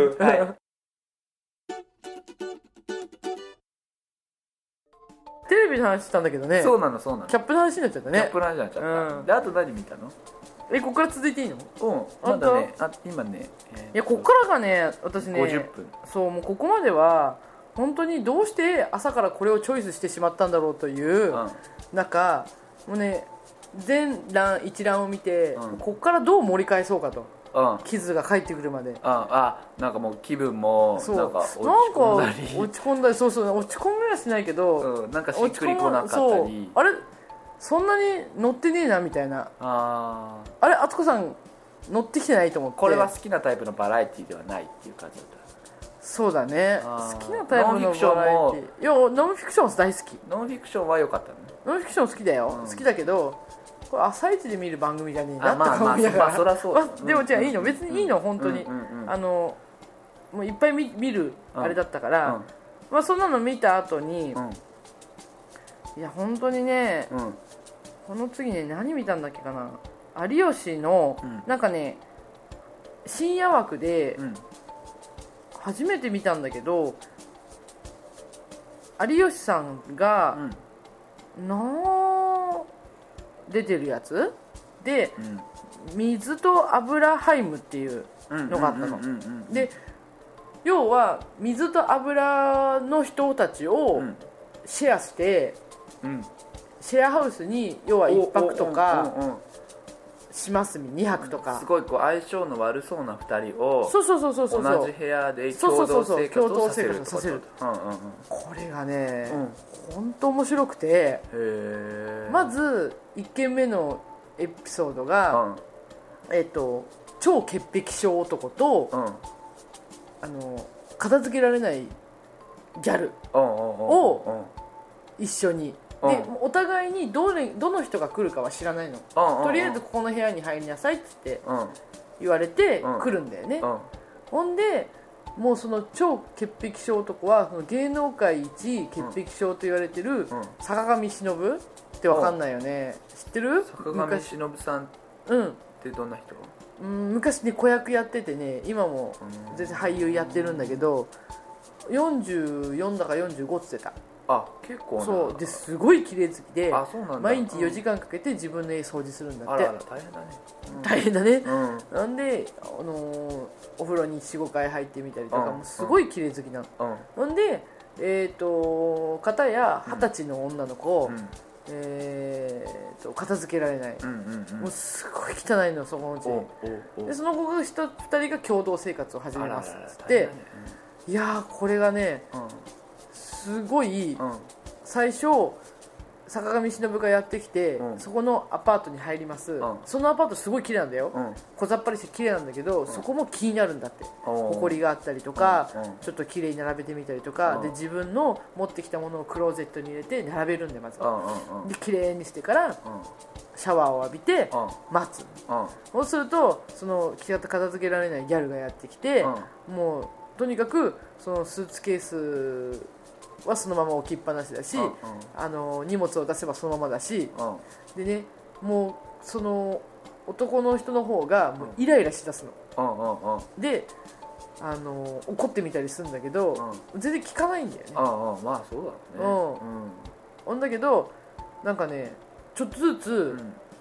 テレビの話したんだけどね。 そうなのキャップの話になっちゃったね。 キャップの話になっちゃった、であと何見たの。 ここから続いていいの。 まだね、今ね、 いやここからがね、私ね 50分。 そうもうここまでは本当にどうして朝からこれをチョイスしてしまったんだろうという、なんかもうね全覧一覧を見て、ここからどう盛り返そうかと、キズが帰ってくるまで。 なんかもう気分もなんか落ち込んだり、そう落ち込みはしないけど、 なんかしっくりこなかったり、 あれそんなに乗ってねえなみたいな。あれ敦子さん乗ってきてないと思って。 これは好きなタイプのバラエティではないっていう感じだった。 そうだね。好きなタイプのバラエティ、いやノンフィクション大好き。 ノンフィクションは良かったね。 ノンフィクション好きだよ、好きだけどこれ朝一で見る番組じゃねえなって思いながら、 そりゃそうでもじゃあいいの、別にいいの本当に、もういっぱい見るあれだったから、そんなの見た後に、いや本当にね、この次ね何見たんだっけかな。 有吉の、なんかね深夜枠で初めて見たんだけど、有吉さんが、出てるやつで、水と油ハイムっていうのがあったので、要は水と油の人たちをシェアして、シェアハウスに要は1泊とかします2泊とか、 すごいこう相性の悪そうな2人をそう同じ部屋で共同生活をさせるってこと。 これがね、本当面白くて、まず1件目のエピソードが、超潔癖症男と、片付けられないギャルを一緒に、でお互いにどの人が来るかは知らないの、とりあえずここの部屋に入りなさいって言われて来るんだよね。ほんでもうその超潔癖症男はその芸能界一潔癖症と言われてる坂上忍って分かんないよね、知ってる？ 坂上忍さんってどんな人？ 昔ね子役やっててね、今も全然俳優やってるんだけど、44だか45って言ってた。 あ、結構な。 そうですごい綺麗好きで、 そうなんだ。 毎日4時間かけて自分の家掃除するんだって。 あらあら大変だね。 大変だね。なんでお風呂に 4,5 回入ってみたりとかもすごい綺麗好きなの。なんで片や20歳の女の子、片付けられない、もうすごい汚いのそこのうちで、その子が2人が共同生活を始めますっつって、いやーこれがね、すごい、最初坂上忍がやってきて、そこのアパートに入ります、そのアパートすごい綺麗なんだよ、小ざっぱりして綺麗なんだけど、そこも気になるんだって、埃があったりとか、ちょっと綺麗に並べてみたりとか、で自分の持ってきたものをクローゼットに入れて並べるんで、まずで綺麗にしてからシャワーを浴びて待つ、そうするとその片付けられないギャルがやってきて、もうとにかくそのスーツケースはそのまま置きっぱなしだし、荷物を出せばそのままだし、でね、もうその男の人の方がもうイライラしだすの、で怒ってみたりするんだけど、全然聞かないんだよね。 まあそうだね。 ほんだけどなんかね、ちょっとずつ、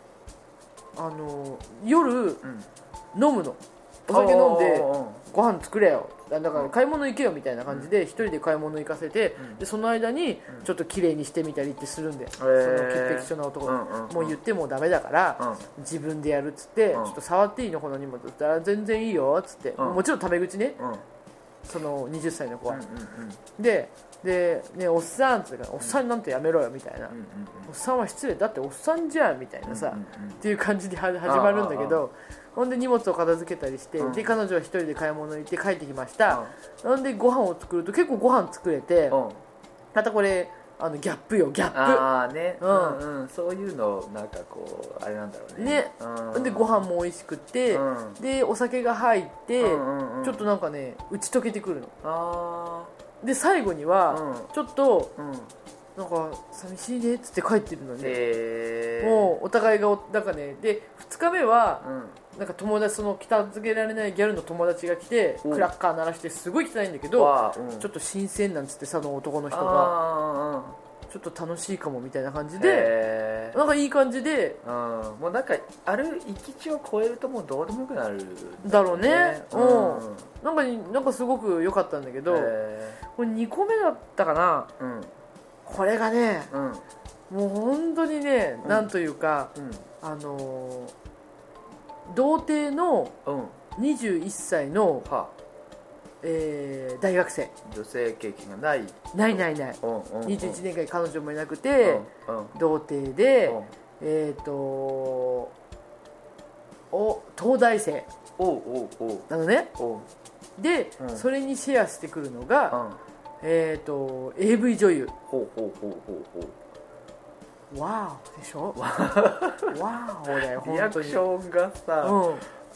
夜、飲むの、お酒飲んでご飯作れよ、だから買い物行けよみたいな感じで一人で買い物行かせて、でその間にちょっと綺麗にしてみたりってするんで、その潔癖症の男もう言ってもダメだから、自分でやるっつって、ちょっと触っていいのこの荷物って言ったら全然いいよっつって、もちろんタメ口ね、その20歳の子は、でね、おっさんっつってから、おっさんなんてやめろよみたいな、おっさんは失礼だっておっさんじゃんみたいなさ、っていう感じで始まるんだけど、ほんで荷物を片付けたりして、で彼女は一人で買い物行って帰ってきました、なんでご飯を作ると結構ご飯作れて、またこれギャップよ、ギャップ。 ね、そういうのなんかこうあれなんだろうね。 でご飯も美味しくて、でお酒が入って、ちょっとなんかね打ち解けてくるの。で最後には、ちょっと、なんか寂しいねっつって帰ってるのね。もうお互いがなんかね、で2日目は、なんか友達、その片付けられないギャルの友達が来て、クラッカー鳴らしてすごい汚いんだけど、ちょっと新鮮なんつってさ、の男の人がちょっと楽しいかもみたいな感じで、なんかいい感じで、 もうなんかある域地を超えるともうどうでもよくなるだろうね。なんかすごく良かったんだけど、これ2個目だったかな、これがね、もう本当にね、なんというか、童貞の21歳の、大学生、 女性経験がない、 21年間彼女もいなくて、童貞で、東大生なのね。で、それにシェアしてくるのが、AV 女優。ワーオでしょ。ワーオだよ、本当に。 リアクションがさ、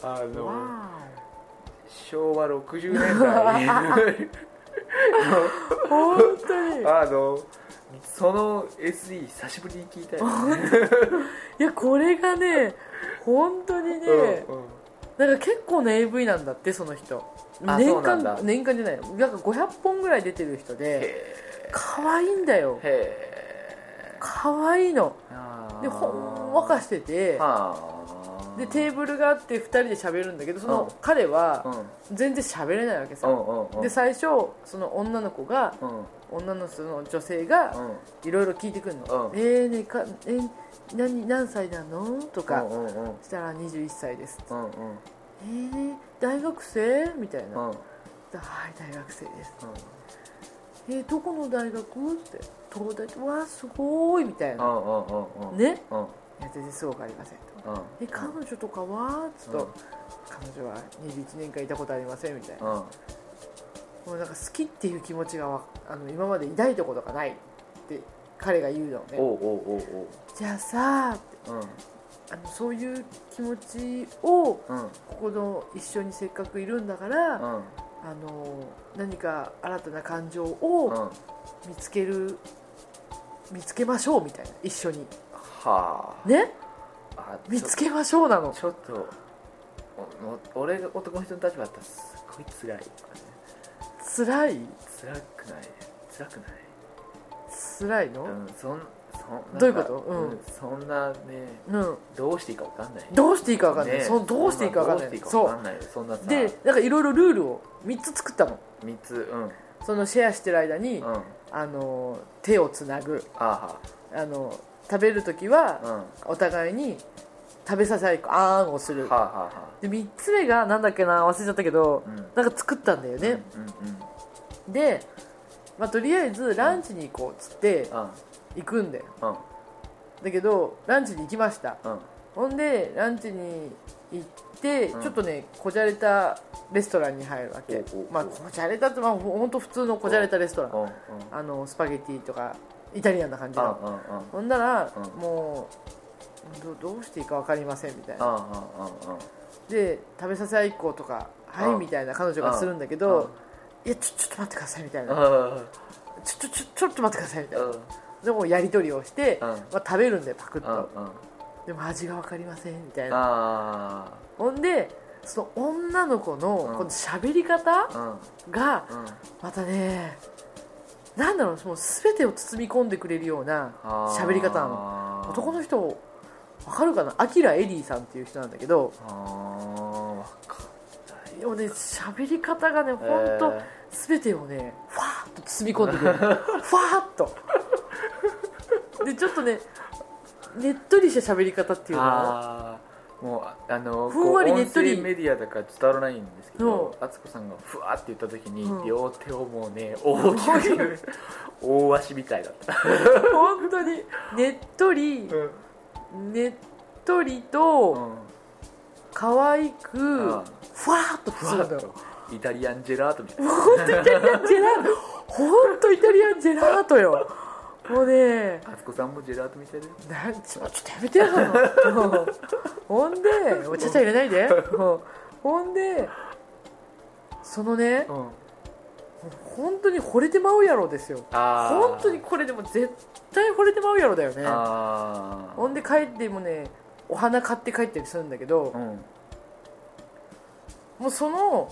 昭和60年代本当にその SE 久しぶりに聞いたよね。 いやこれがね本当にね、なんか結構な AV なんだってその人。年間じゃない、なんか500本ぐらい出てる人で可愛いんだよ。可愛いので、ほんわかしてて、でテーブルがあって2人で喋るんだけど、その彼は全然喋れないわけさ。で最初その女の子が、女のその女性がいろいろ聞いてくるの。何歳なのとかしたら21歳です。大学生みたいな。はい、大学生です。どこの大学って東大。わあすごいみたいなね。いや全然すごくありませんと。彼女とかはつと、彼女は21年間いたことありませんみたいな。もうなんか好きっていう気持ちが今まで抱いたことがないって彼が言うのね。じゃあさって、そういう気持ちを、ここの一緒にせっかくいるんだから、何か新たな感情を見つけましょうみたいな、一緒にね、見つけましょうなの。 ちょっと俺が男の人の立場だったらすごい辛い。 辛い？ 辛くない？ 辛いの？どういうこと？ そんなね、どうしていいか分かんない。 どうしていいか分かんない。どうしていいか分かんない。そうで、なんかいろいろルールを3つ作ったの。 3つ。 そのシェアしてる間に、手をつなぐ。食べるときは、お互いに食べさせ合いあーんをする。で3つ目がなんだっけな、忘れちゃったけど、なんか作ったんだよね。で、とりあえずランチに行こうっつって行くんだよ。だけどランチに行きました。ほんでランチに行って、ちょっとねこじゃれたレストランに入るわけ。こじゃれたってほんと普通のこじゃれたレストラン。スパゲティとかイタリアンな感じの。ほんならもうどうしていいか分かりませんみたいな。で食べさせ合いっ子とかはいみたいな彼女がするんだけど、いやちょっと待ってくださいみたいな。ちょっと待ってくださいみたいな。でもやり取りをして、食べるんだよパクッと。でも味が分かりませんみたいな。ほんでその女の子のこの喋り方がまたね、なんだろう、もう全てを包み込んでくれるような喋り方なの。男の人分かるかな、アキラエリーさんっていう人なんだけど、でもね喋り方がねほんと全てをねファーッと包み込んでくれる。ファーッとでちょっとねねっとりした喋り方っていうのもうふんわりねっとり、 音声メディアだから伝わらないんですけど、敦子さんがふわって言った時に、両手をもうね大きく大足みたいだった本当にねっとり、ねっとりと、可愛くふわっと包むんだよ。 イタリアンジェラートみたいな。 本当イタリアンジェラート、本当イタリアンジェラートよ。もうね、 敦子さんもジェラートみたいで、 ちょっとやめてよほんでお茶々入れないでほんでそのね、本当に惚れてまうやろですよ。本当にこれでも絶対惚れてまうやろだよね。ほんで帰ってもねお花買って帰ったりするんだけど、もうその、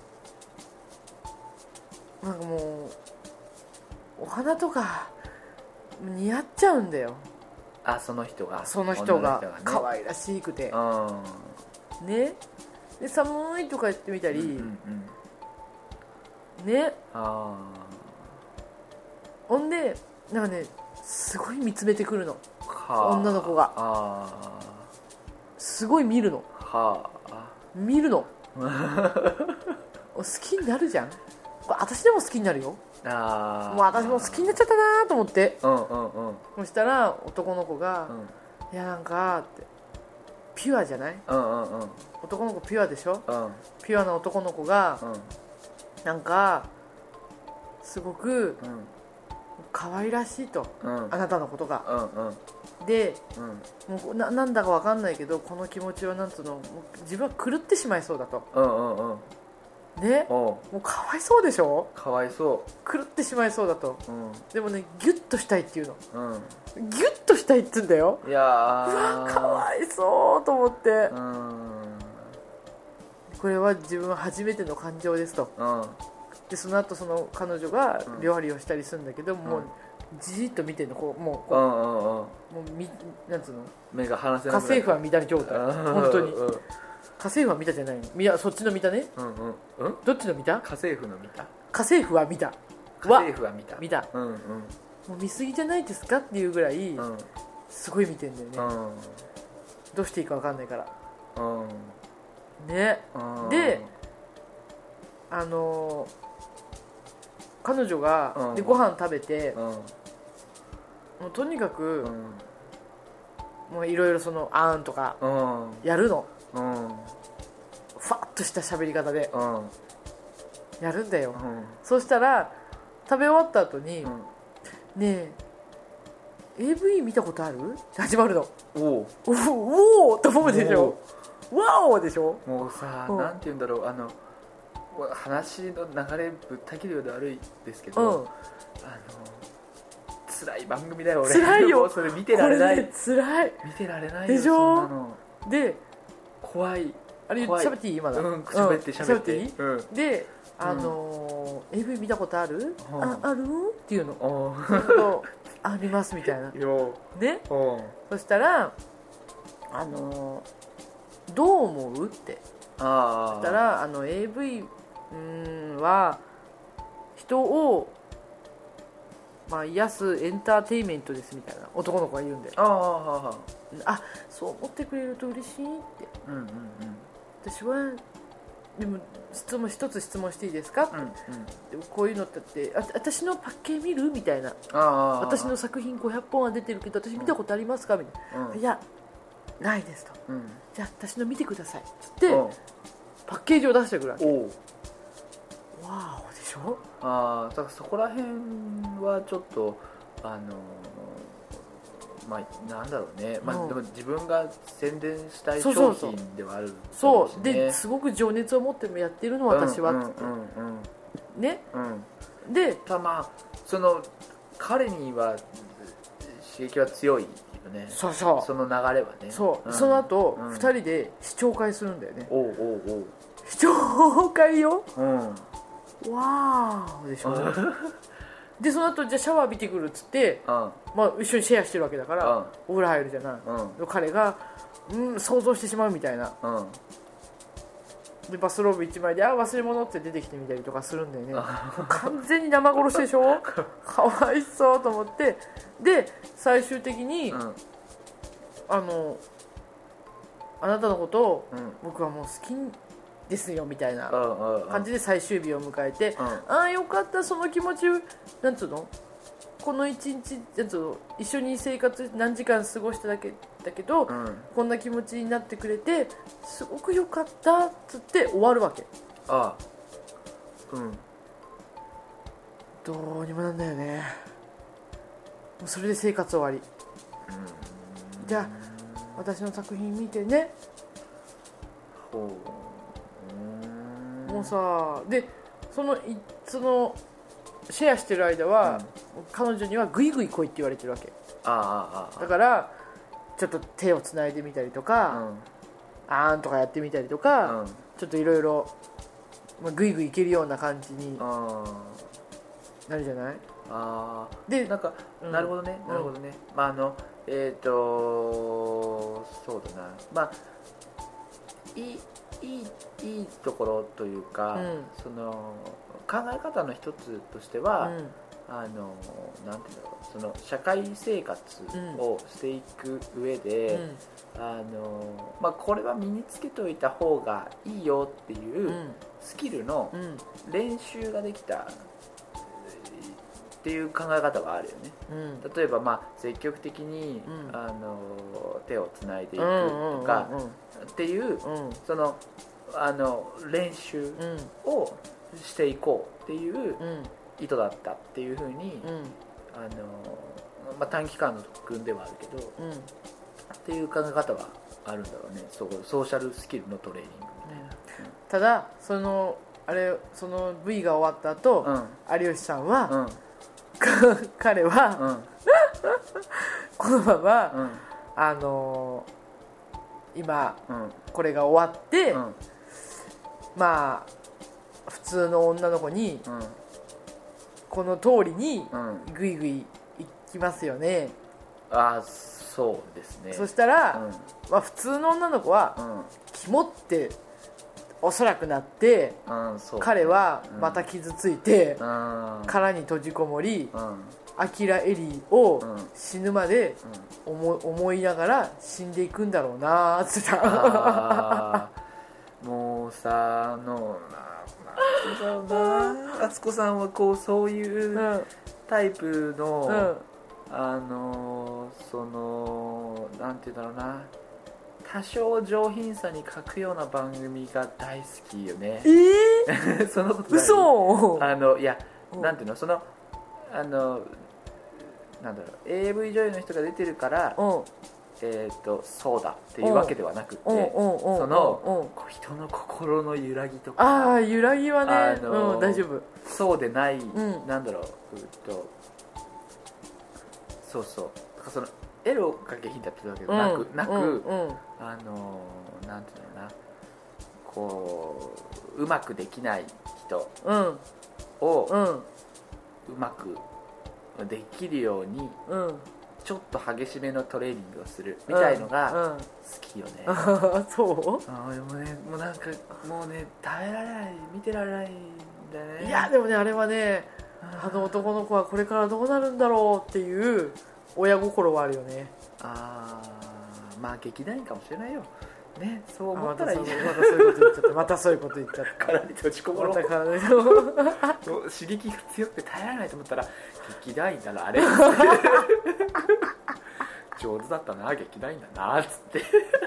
なんかもうお花とか似合っちゃうんだよ。その人が可愛らしくてね。で寒いとか言ってみたり、ね。ほんでなんかねすごい見つめてくるの、女の子が。すごい見るの。見るの好きになるじゃん。私でも好きになるよ。もう私も好きになっちゃったなと思って、そしたら男の子が、いやなんかってピュアじゃない、男の子ピュアでしょ、ピュアな男の子が、なんかすごく可愛らしいと、あなたのことが、で、もうなんだか分かんないけどこの気持ちはなんつうの、自分は狂ってしまいそうだと、 ね、もうかわいそうでしょ。 かわいそう、 狂ってしまいそうだと、でもねギュッとしたいっていうの、ギュッとしたいって言うんだよ。 いやー、 うわかわいそうと思って、これは自分は初めての感情ですと、でその後その彼女が料理をしたりするんだけど、もうじーっと見てるの、こうもうもうなんつうの、 目が離せなくなる、 家政婦は見た状態、本当に家政婦は見たじゃないの、いやそっちの見たね、どっちの見た、 家政婦の見た、 家政婦は見た、 家政婦は見た、 見た、もう見すぎじゃないですかっていうぐらいすごい見てんだよね、どうしていいか分かんないから、ね、で彼女が、でご飯食べて、もうとにかく、もういろいろそのあーんとかやるの、ファッとした喋り方でやるんだよ、そしたら食べ終わった後に、ねえ AV 見たことあるって始まるの。おおと思うでしょ、ワオでしょ。 もうさ、なんて言うんだろう、話の流れぶった切るようで悪いですけど、辛い番組だよ俺。 辛いよ、 もうそれ見てられない、 これね、辛い、 見てられないよでしょ、 そんなの。 で怖い、 あれ喋っていい、まだ喋っていい、 でAV 見たことある、あるっていうの、ありますみたいなね。そしたらどう思うって、そしたらAV は人を癒すエンターテインメントですみたいな男の子が言うんで、そう思ってくれると嬉しいって、私はでも一つ質問していいですかって、でもこういうのって私のパッケージ見るみたいな、私の作品500本は出てるけど私見たことありますかみたいな、いやないですと、じゃあ私の見てくださいって言って、パッケージを出してくるわけ。わーおでしょ。 だからそこら辺はちょっとなんだろうね、でも自分が宣伝したい商品ではある、 そうですごく情熱を持ってもやってるの私はってね、でその彼には刺激は強いよね。その流れはね。 その後2人で試聴会するんだよね。試聴会よ、わーでしょでその後じゃあシャワー浴びてくるっつって、一緒にシェアしてるわけだから、お風呂入るじゃない、彼が想像してしまうみたいな、でバスローブ1枚で忘れ物って出てきてみたりとかするんだよね。もう完全に生殺しでしょかわいそうと思って、で最終的に、あなたのことを、僕はもう好きですよみたいな感じで最終日を迎えて、よかった、その気持ち、なんつうの、この一日一緒に生活何時間過ごしただけだけど、こんな気持ちになってくれてすごくよかったっつって終わるわけ。どうにもなんだよね。もうそれで生活終わり、じゃあ私の作品見てね。もうさ、でそのシェアしてる間は、彼女にはグイグイ来いって言われてるわけ。だからちょっと手をつないでみたりとか、あーんとかやってみたりとか、ちょっといろいろグイグイいけるような感じになるじゃない。でなんか、なるほどね、なるほどね。そうだな、いいところというか、その考え方の一つとしては、なんていうんだろう、その社会生活をしていく上で、これは身につけておいた方がいいよっていうスキルの練習ができたっていう考え方はあるよね。例えば積極的に、手をつないでいくとかっていう、その練習をしていこうっていう意図だったっていうふうに、短期間の特訓ではあるけど、っていう考え方はあるんだろうね。ソーシャルスキルのトレーニングみたいな。 ただそのあれその V が終わった後、有吉さんは、彼は、このまま、今、これが終わって、まあ普通の女の子に、この通りにグイグイ行きますよね。 あ、そうですね。 そしたら、まあ、普通の女の子は、肝っておそらくなって、そうね、彼はまた傷ついて、殻に閉じこもり、アキラ・エリーを死ぬまで思いながら死んでいくんだろうなーって言ってた。 もうさ、敦子さんはこうそういうタイプの、そのなんていうんだろうな、多少上品さに欠くような番組が大好きよね。そのことない？ 嘘。 いや、なんていうの、そのなんだろう、 AV 女優の人が出てるからそうだっていうわけではなくて、その人の心の揺らぎとか、 揺らぎはね、大丈夫。 そうでない、なんだろう、そうそう、そのエロが下品だってわけでなく、なんていうんだろうな、こううまくできない人を、うまくできるように、ちょっと激しめのトレーニングをするみたいのが好きよね。 そう？ でもね、もうなんかもうね、耐えられない、見てられないんだよね。 いやでもね、あれはね、あの男の子はこれからどうなるんだろうっていう親心はあるよね。 まあ劇団員かもしれないよね。そう思ったらいい。 またそういうこと言っちゃった。 殻に閉じこもろう。刺激が強くて耐えられないと思ったら劇団員だなあれ。上手だったな、劇団員だなっつって。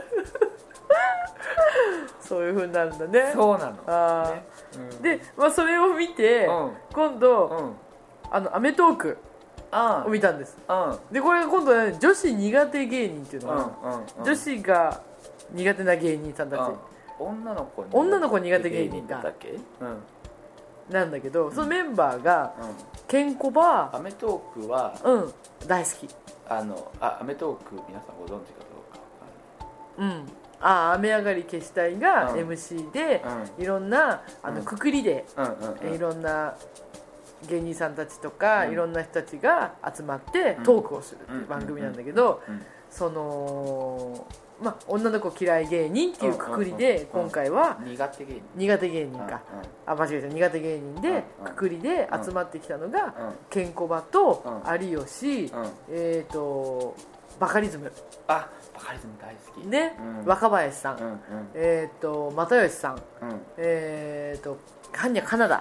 そういう風になるんだね。 そうなの、ね。 で、まあ、それを見て、今度、アメトークを見たんです。でこれが今度ね、女子苦手芸人っていうのは、女子が苦手な芸人さんたち、女の子苦手芸人だっけ、なんだけど、そのメンバーが、ケンコバ、 アメトークは、 大好き。 アメトーク皆さんご存知かどうか。 雨上がり消したいが MC で、いろんなくくりで、いろんな芸人さんたちとか、いろんな人たちが集まってトークをするっていう番組なんだけど、その女の子嫌い芸人っていうくくりで、今回は苦手芸人か、間違えた、苦手芸人でくくりで集まってきたのが、ケンコバと有吉、バカリズム、 バカリズム大好きね、若林さん、又吉さん、ハンニャカナダ、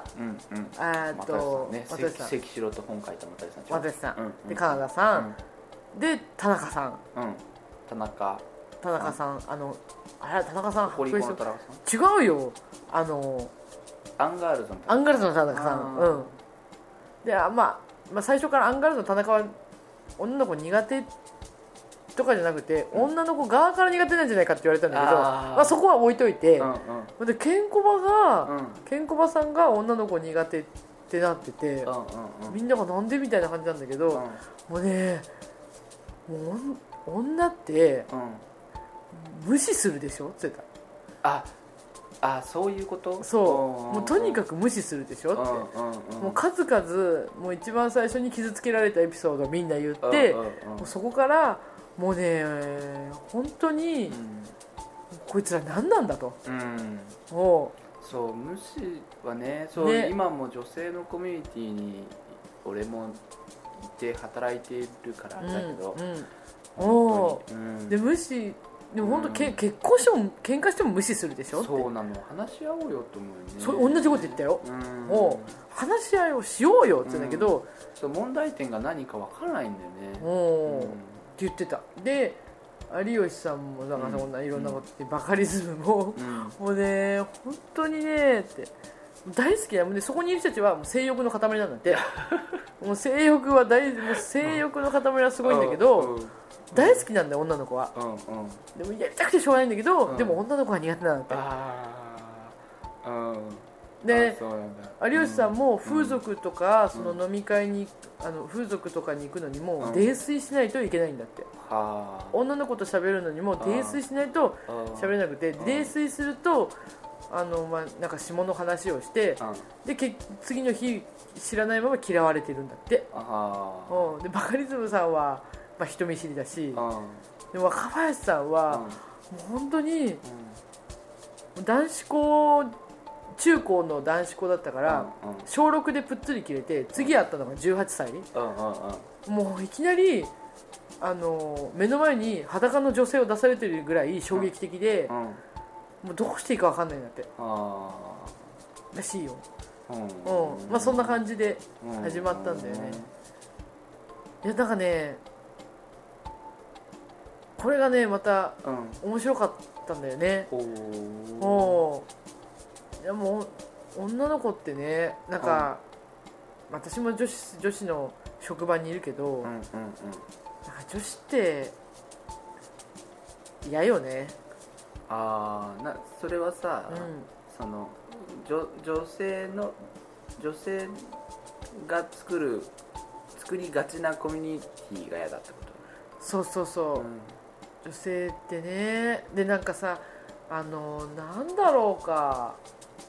関城と本書いた又吉さんで、カナダさんで、田中さん、 田中さん、 あれ田中さん、 違うよ、アンガールズの田中さん、で、まあ最初からアンガールズの田中は女の子苦手とかじゃなくて、女の子側から苦手なんじゃないかって言われたんだけど、まあ、そこは置いといて、でケンコバさんが女の子苦手ってなってて、みんながなんでみたいな感じなんだけど、もうね、女って、無視するでしょって言ってた。そういうこと？ そう、もうとにかく無視するでしょって、もう数々、もう一番最初に傷つけられたエピソードをみんな言って、もうそこからもうね、本当に、こいつら何なんだと、 そう、無視はね、そう、ね、今も女性のコミュニティに俺もいて働いているからだけど、 で無視でも本当、結婚しても喧嘩しても無視するでしょ。 そうなの、話し合おうよと思うよね。 それ同じこと言ったよ。話し合いをしようよって言うんだけど、 問題点が何か分からないんだよね。 って言ってた。で有吉さんもだからそんないろんなこと言って、バカリズムも、もうね本当にねって大好きな、もうね、そこにいる人たちはもう性欲の塊なんだって。もう性欲はもう性欲の塊はすごいんだけど、大好きなんだよ女の子は。でもやりたくてしょうがないんだけど、でも女の子は苦手なんだって。 で有吉さんも風俗とか、その飲み会に風俗とかに行くのにも泥酔しないといけないんだって、女の子と喋るのにも泥酔しないと喋れなくて、泥酔するとなんか下の話をして、で次の日知らないまま嫌われてるんだって。でバカリズムさんは、人見知りだし、で若林さんは、もう本当に、男子校中高の男子校だったから、小6でぷっつり切れて、次会ったのが18歳、もういきなり目の前に裸の女性を出されてるぐらい衝撃的で、もうどうしていいか分かんないんだってらしいよ。そんな感じで始まったんだよね。いやなんかね、これがねまた面白かったんだよね。いやもう女の子ってね、なんか私も女子の職場にいるけど、女子って嫌よね。 それはさ、その女性が作りがちなコミュニティが嫌だってこと？ そう、女性ってね。でなんかさ、なんだろうか、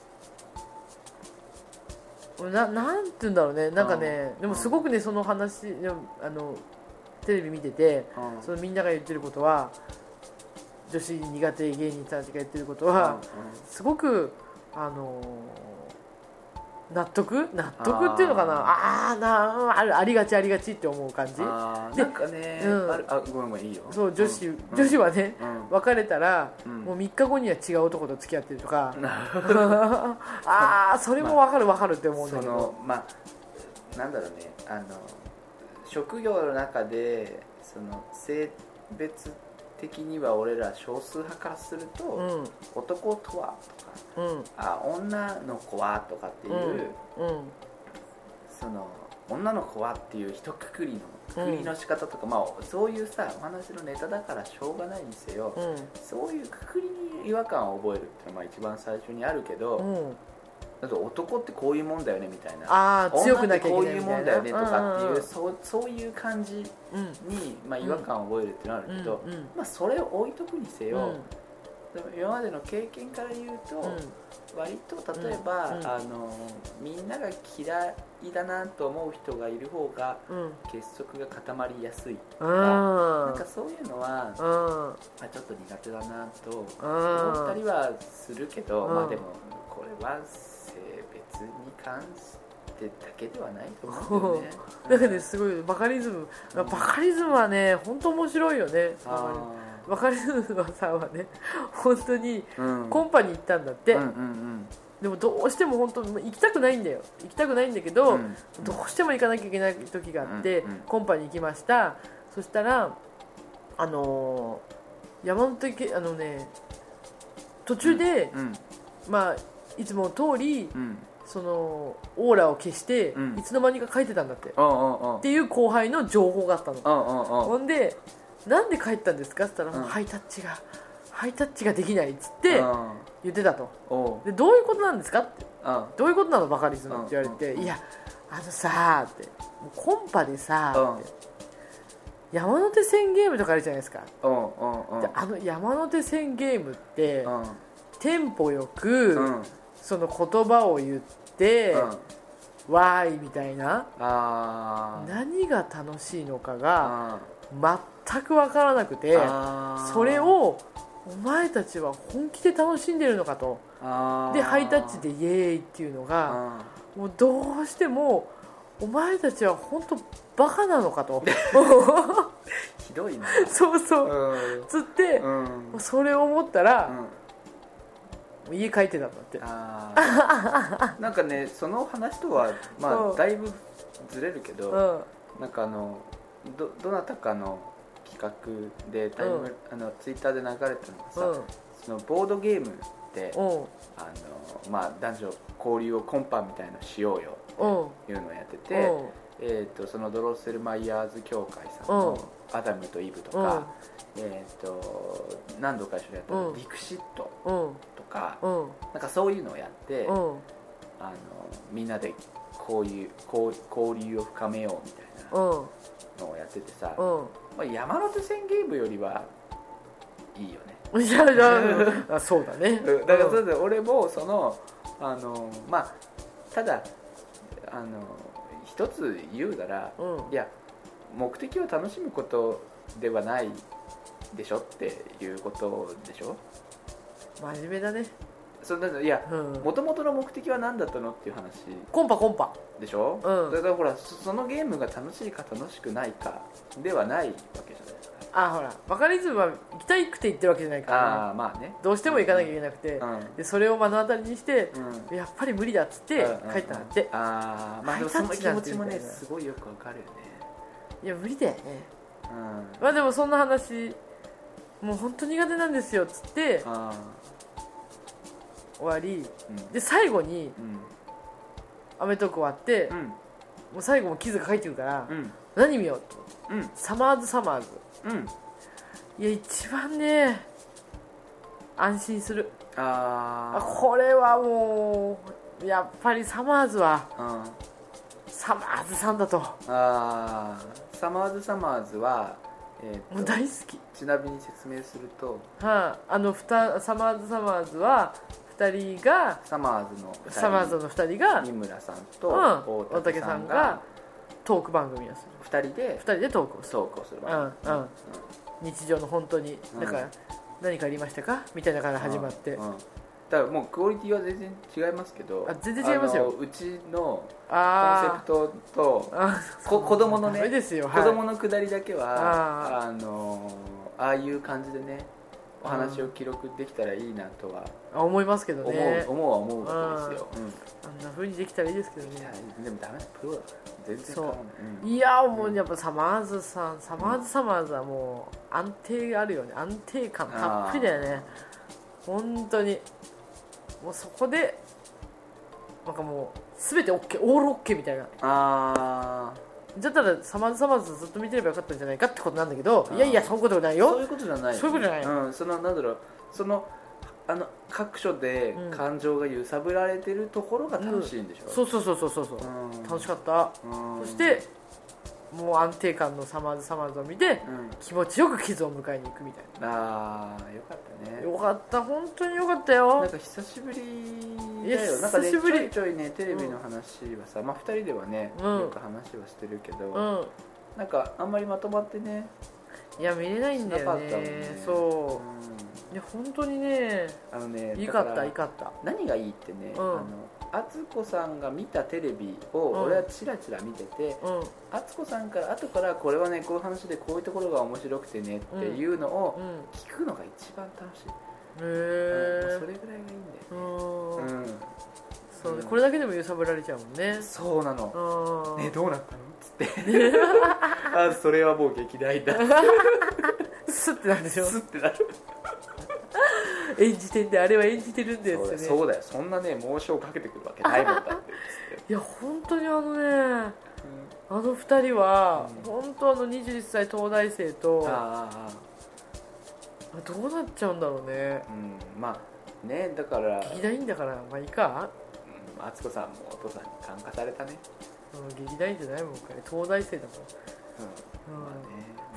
なんて言うんだろうね、なんかね、でもすごくね、その話テレビ見てて、そのみんなが言ってることは、女子苦手芸人さんたちが言ってることは、すごく納得っていうのかな、ありがちって思う感じで、 なんかね、ごめんいいよ。 そう女子はね、別れたら、もう3日後には違う男と付き合ってるとかそれも分かるって思うんだけど、 なんだろうね、職業の中でその性別的には俺ら少数派からすると、男とはとか、女の子はとかっていう、その女の子はっていう一括りの仕方とか、そういうさお話のネタだからしょうがないにせよ、そういうくくりに違和感を覚えるっていうのは一番最初にあるけど、だと男ってこういうもんだよねみたいな、 強くなきゃいけないみたいな、 女ってこういうもんだよねとかっていう、そういう感じに、違和感を覚えるっていうのはあるけど、それを置いとくにせよ、今までの経験から言うと、割と例えば、みんなが嫌いだなと思う人がいる方が、結束が固まりやすいとか、なんかそういうのは、ちょっと苦手だなと思ったりはするけど、でもこれは性別に関してだけではないと思うんだよね。 だからね、すごいバカリズムはね本当面白いよね。バカリズムさんはね本当にコンパに行ったんだって、でもどうしても本当行きたくないんだけど、どうしても行かなきゃいけない時があって、コンパに行きました。そしたら山手途中で、いつも通り、そのオーラを消して、いつの間にか帰ってたんだって、っていう後輩の情報があったの。ほんでなんで帰ったんですかって言ったら、ハイタッチができないっつって言ってたと。でどういうことなんですかって、どういうことなのバカリズムって言われて、いやさーってコンパでさーって、山手線ゲームとかあるじゃないですか。で山手線ゲームって、テンポよく、その言葉を言って、わーいみたいな、何が楽しいのかが全く分からなくて、それをお前たちは本気で楽しんでるのかと。でハイタッチでイエーイっていうのが、もうどうしてもお前たちは本当バカなのかとひどいな。 そうつって、それを思ったら、家帰ってたんだって。 なんかね、その話とはだいぶずれるけど、なんかどなたかの企画でツイッターで流れたのがさ、そのボードゲームで男女交流をコンパみたいのしようよっていうのをやってて、そのドロッセルマイヤーズ協会さんのアダムとイブとか、何度か一緒にやったディクシットとか、なんかそういうのをやって、 みんなでこういう交流を深めようみたいなのをやっててさ、まあ、山手線ゲームよりはいいよね。 いやいやそうだね。 だからそれで俺もそのまあただ一つ言うなら、いや目的を楽しむことではないでしょっていうことでしょ。 真面目だね。 いや元々の目的は何だったのっていう話コンパでしょ、だからほらそのゲームが楽しいか楽しくないかではないわけじゃないですか。 ほらバカリズムは行きたいくて行ってるわけじゃないから、 まあね、 どうしても行かなきゃいけなくて、でそれを目の当たりにして、やっぱり無理だっつって帰ったんだって。 まあでもその気持ちもねすごいよくわかるよね。いや無理だよね。まあでもそんな話もう本当苦手なんですよっつって終わり、で最後にアメトーク終わって、もう最後もキズが帰ってくるから、何見ようと、サマーズ、いや一番ね安心する。これはもうやっぱりサマーズは、サマーズさんだと。 サマーズは、 もう大好き。 ちなみに説明すると、 サマーズは2人がサマーズの 2人が三村さんと大竹さんがトーク番組をする。2人でトークをする番組、日常の本当にだから何かありましたかみたいなから始まって、 だからもうクオリティは全然違いますけど、 全然違いますよ。 うちのコンセプトと子供のね、子供のくだりだけはああいう感じでねお話を記録できたらいいなとは思いますけどね。 思うわけですよ。 あんな風にできたらいいですけどね。 でもダメだ、プロだから全然変わらない。 いやもうやっぱサマーズはもう安定あるよね。安定感たっぷりだよね。本当にもうそこでなんかもう全て OK オール OK みたいな。だったらサマーズずっと見てればよかったんじゃないかってことなんだけど、いやそういうことないよ。 そういうことじゃない。 そういうことじゃない。 なんだろう、各所で感情が揺さぶられてるところが楽しいんでしょ。 そう楽しかった。そしてもう安定感のサマーズを見て、気持ちよくキズを迎えに行くみたいな。 よかったね。 よかった、本当によかったよ。 なんか久しぶりだよ。なんかね、ちょいねテレビの話はさ、まあ2人ではねよく話はしてるけど、なんかあんまりまとまってね、 いや見れないんだよね。そう。いや本当にね、いいかった。 何がいいってね、敦子さんが見たテレビを俺はチラチラ見てて、敦子さんから後からこれはねこういう話でこういうところが面白くてねっていうのを聞くのが一番楽しい。それぐらいがいいんだよね。 そう、これだけでも揺さぶられちゃうもんね。 そうなの。ね、どうなったのっつってそれはもう劇団だスッてなるでしょ。 スッてなる演じてんで、あれは演じてるんですね。 そうだよ、そんなね申しをかけてくるわけないもんだっていや本当にあの二人は、本当21歳東大生とどうなっちゃうんだろうね。 まあね、だから劇団員だからまあいいか。 敦子さんもお父さんに感化されたね。 劇団員じゃないもんかね、東大生だから。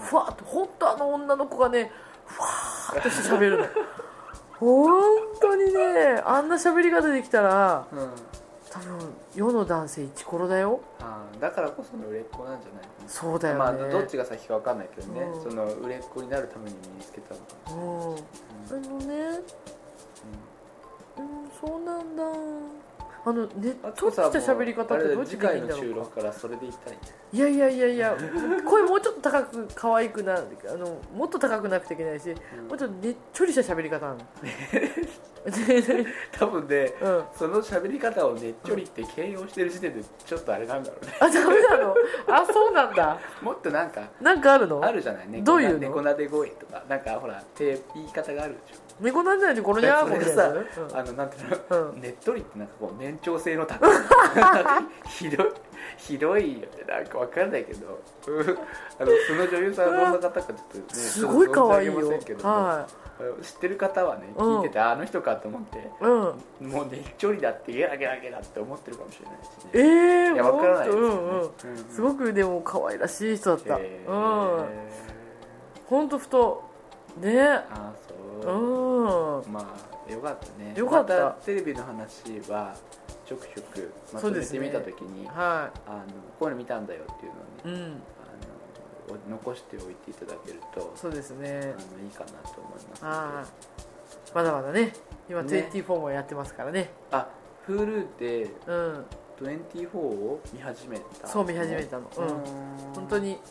ふわっと本当女の子がねふわーっとして喋るの本当にね、あんな喋り方できたら、多分世の男性イチコロだよ。 だからこその売れっ子なんじゃない。 そうだよね。 まあどっちが先か分かんないけどね、その売れっ子になるために身につけたのかもしれない。 そうなんだ。ネットした喋り方ってどうやってできるんだろうか。次回の収録からそれでいったらいい。いや声もうちょっと高く可愛くなもっと高くなくちゃいけないし、もうちょっとねっちょりした喋り方なの多分ね、その喋り方をねっちょりって形容してる時点でちょっとあれなんだろうね。 ダメなの。そうなんだ。 もっとなんかあるの。 あるじゃない。 どういうの。 猫なで声とかなんかほら言い方があるでしょ。 猫なんじゃないのこれやそれさ、なんていうの、ねっとりってなんかこう年長性の高いひどいよね。なんかわかんないけどその女優さんはどんな方かちょっとねすごい可愛いよ。 知ってる方はね聞いてて、あの人かと思って、もうね一人だってゲラゲラゲラって思ってるかもしれないしね。いや分からないですけどね、 すごくでも可愛らしい人だった。ほんとふとね。 あそう、まあよかったね。よかった。またテレビの話はちょくちょくまとめてみたときに、こういうの見たんだよっていうのをね、残しておいていただけると、 そうですね、 いいかなと思います。 まだまだね、今24もやってますからね。 Hulu で24を見始めた。 そう見始めたの。本当に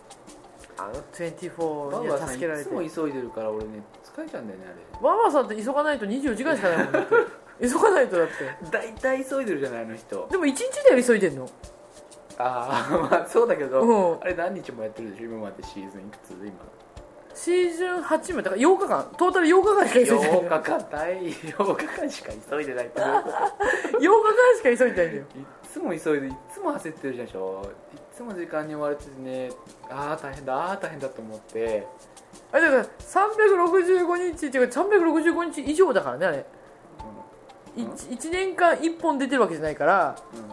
24には助けられて。 いつも急いでるから俺ね疲れちゃうんだよねあれ。 ママさんって急がないと24時間しかないもんね。急がないとだって。 大体急いでるじゃないあの人。 でも1日で急いでんの。 まあそうだけど、あれ何日もやってるでしょ今まで。シーズンいくつ今。 シーズン8もだから8日間、トータル8日間しか急いでない。 8日間しか急いでないってどういうこと？ 8日間しか急いでないんだよ。 いつも急いでいつも焦ってるでしょ。いつも時間に追われててね、大変だ大変だと思って。 だから365日っていうか365日以上だからねあれ。1年間1本出てるわけじゃないから、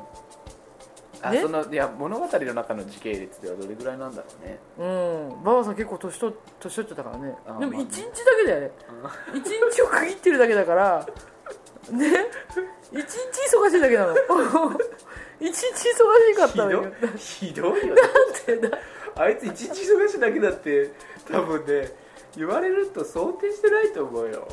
いや物語の中の時系列ではどれぐらいなんだろうね。 ババさん結構年取っちゃったからね。でも1日だけだよね。1日を区切ってるだけだからね。1日忙しいだけなの。1日忙しかったのよ。 ひどいよね。なんであいつ1日忙しいだけだって多分ね言われると想定してないと思うよ。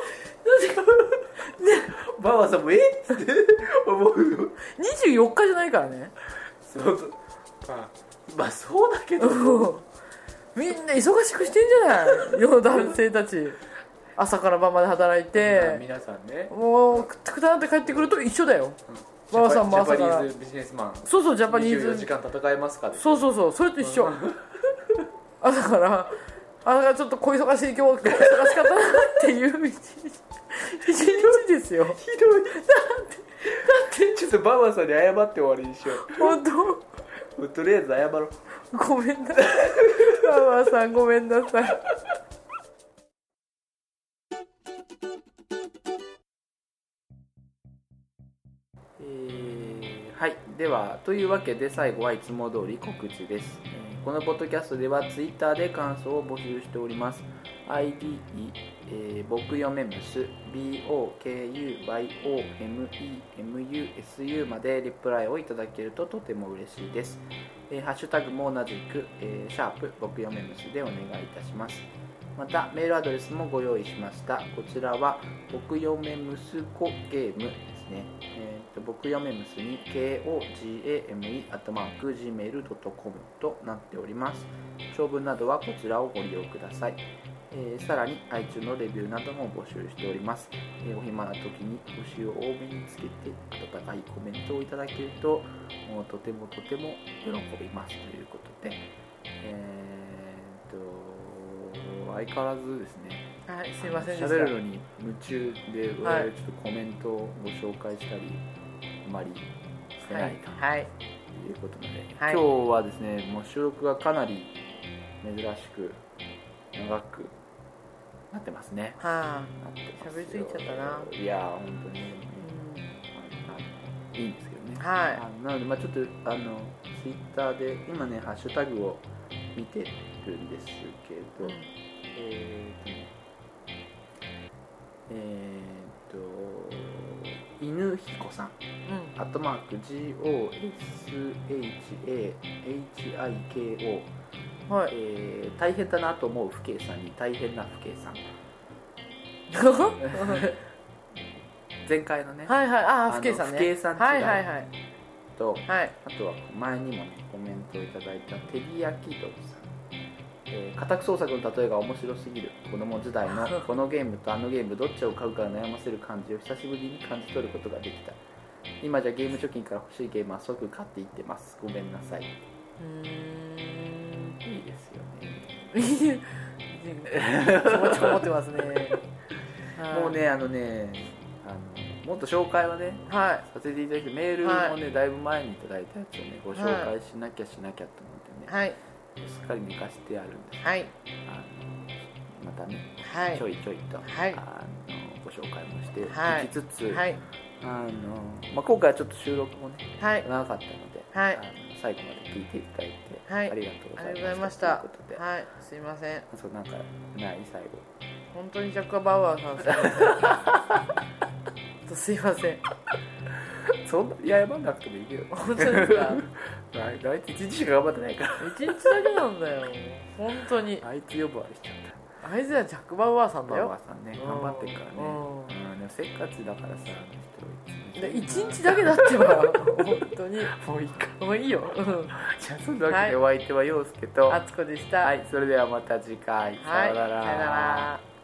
ババさんもって思うよ。 24日じゃないからね。 そうまあそうだけどみんな忙しくしてんじゃないよ男性たち。朝から晩まで働いて、 皆さんねもうくったくたなって帰ってくると一緒だよ。ババさんも朝からジャパニーズビジネスマン。 そうジャパニーズ 24時間戦えますか。 そうそれと一緒。朝からちょっと小忙しい今日忙しかったなっていう一日ですよ。 ひどい。だってちょっとババさんに謝って終わりにしよう。 本当。 とりあえず謝ろう。 ごめんなさい。ババさんごめんなさい。 はい、ではというわけで最後はいつも通り告知です。このポッドキャストではツイッターで感想を募集しております。ID、僕よめむす BOKUYOMEMUSU までリプライをいただけるととても嬉しいです。ハッシュタグも同じく、シャープ僕よめむすでお願いいたします。またメールアドレスもご用意しました。こちらは僕よめむすこゲームですね。僕よめむすに KOGAME@gmail.com となっております。長文などはこちらをご利用ください。さらに iTunes のレビューなども募集しております。お暇な時に星を多めにつけて温かいコメントをいただけるともうとても喜びますということで、相変わらずですね、 はい、すいませんでした。 喋るのに夢中で、ちょっとコメントをご紹介したりあまりしてないということで、今日はですねもう収録がかなり珍しく長くなってますね。 喋りすぎちゃったな。 いや本当に、いいんですけどね。なのでちょっとツイッターで今ねハッシュタグを見てるんですけど、犬彦さん、@GOSHAHIKO、大変だなと思う父兄さんに大変な父兄さん。前回のね、 父兄さんね、 父兄さんと、 あとは前にも、ね、コメントをいただいたテリヤキドさん、家宅捜索の例えが面白すぎる。子供時代のこのゲームとあのゲームどっちを買うか悩ませる感じを久しぶりに感じ取ることができた。今じゃゲーム貯金から欲しいゲームは即買っていってます。ごめんなさい。いいですよね。 気持ちこもってますね。 もうねもっと紹介はね、させていただいて、メールもね、だいぶ前にいただいたやつをねご紹介しなきゃと思ってね、すっかり寝かしてあるんです、 またね、 はい、 ちょいちょいと、 はい、 ご紹介もしていきつつ、 はい、 今回はちょっと収録もね、 はい、 長かったので、 はい、 最後まで聞いていただいて、 はい、 ありがとうございましたということで、 はい、すいません。 そうなんかない最後。 本当にジャック・バウアーさんすいません。すいません。 そんな謝んなくてもいいけど。 本当ですか。 あいつ1日しか頑張ってないから。 1日だけなんだよ。本当に。 あいつ呼ばわりしちゃった。 あいつはジャック・バウアーさんだよ。 バウアーさんね、頑張ってるからね。でもせっかちだからさ、 1日だけだってば、本当に。 もういいか。 もういいよ。 じゃあそんなわけでお相手は陽介とあつこでした。 はい、それではまた次回。さよなら。 さよなら。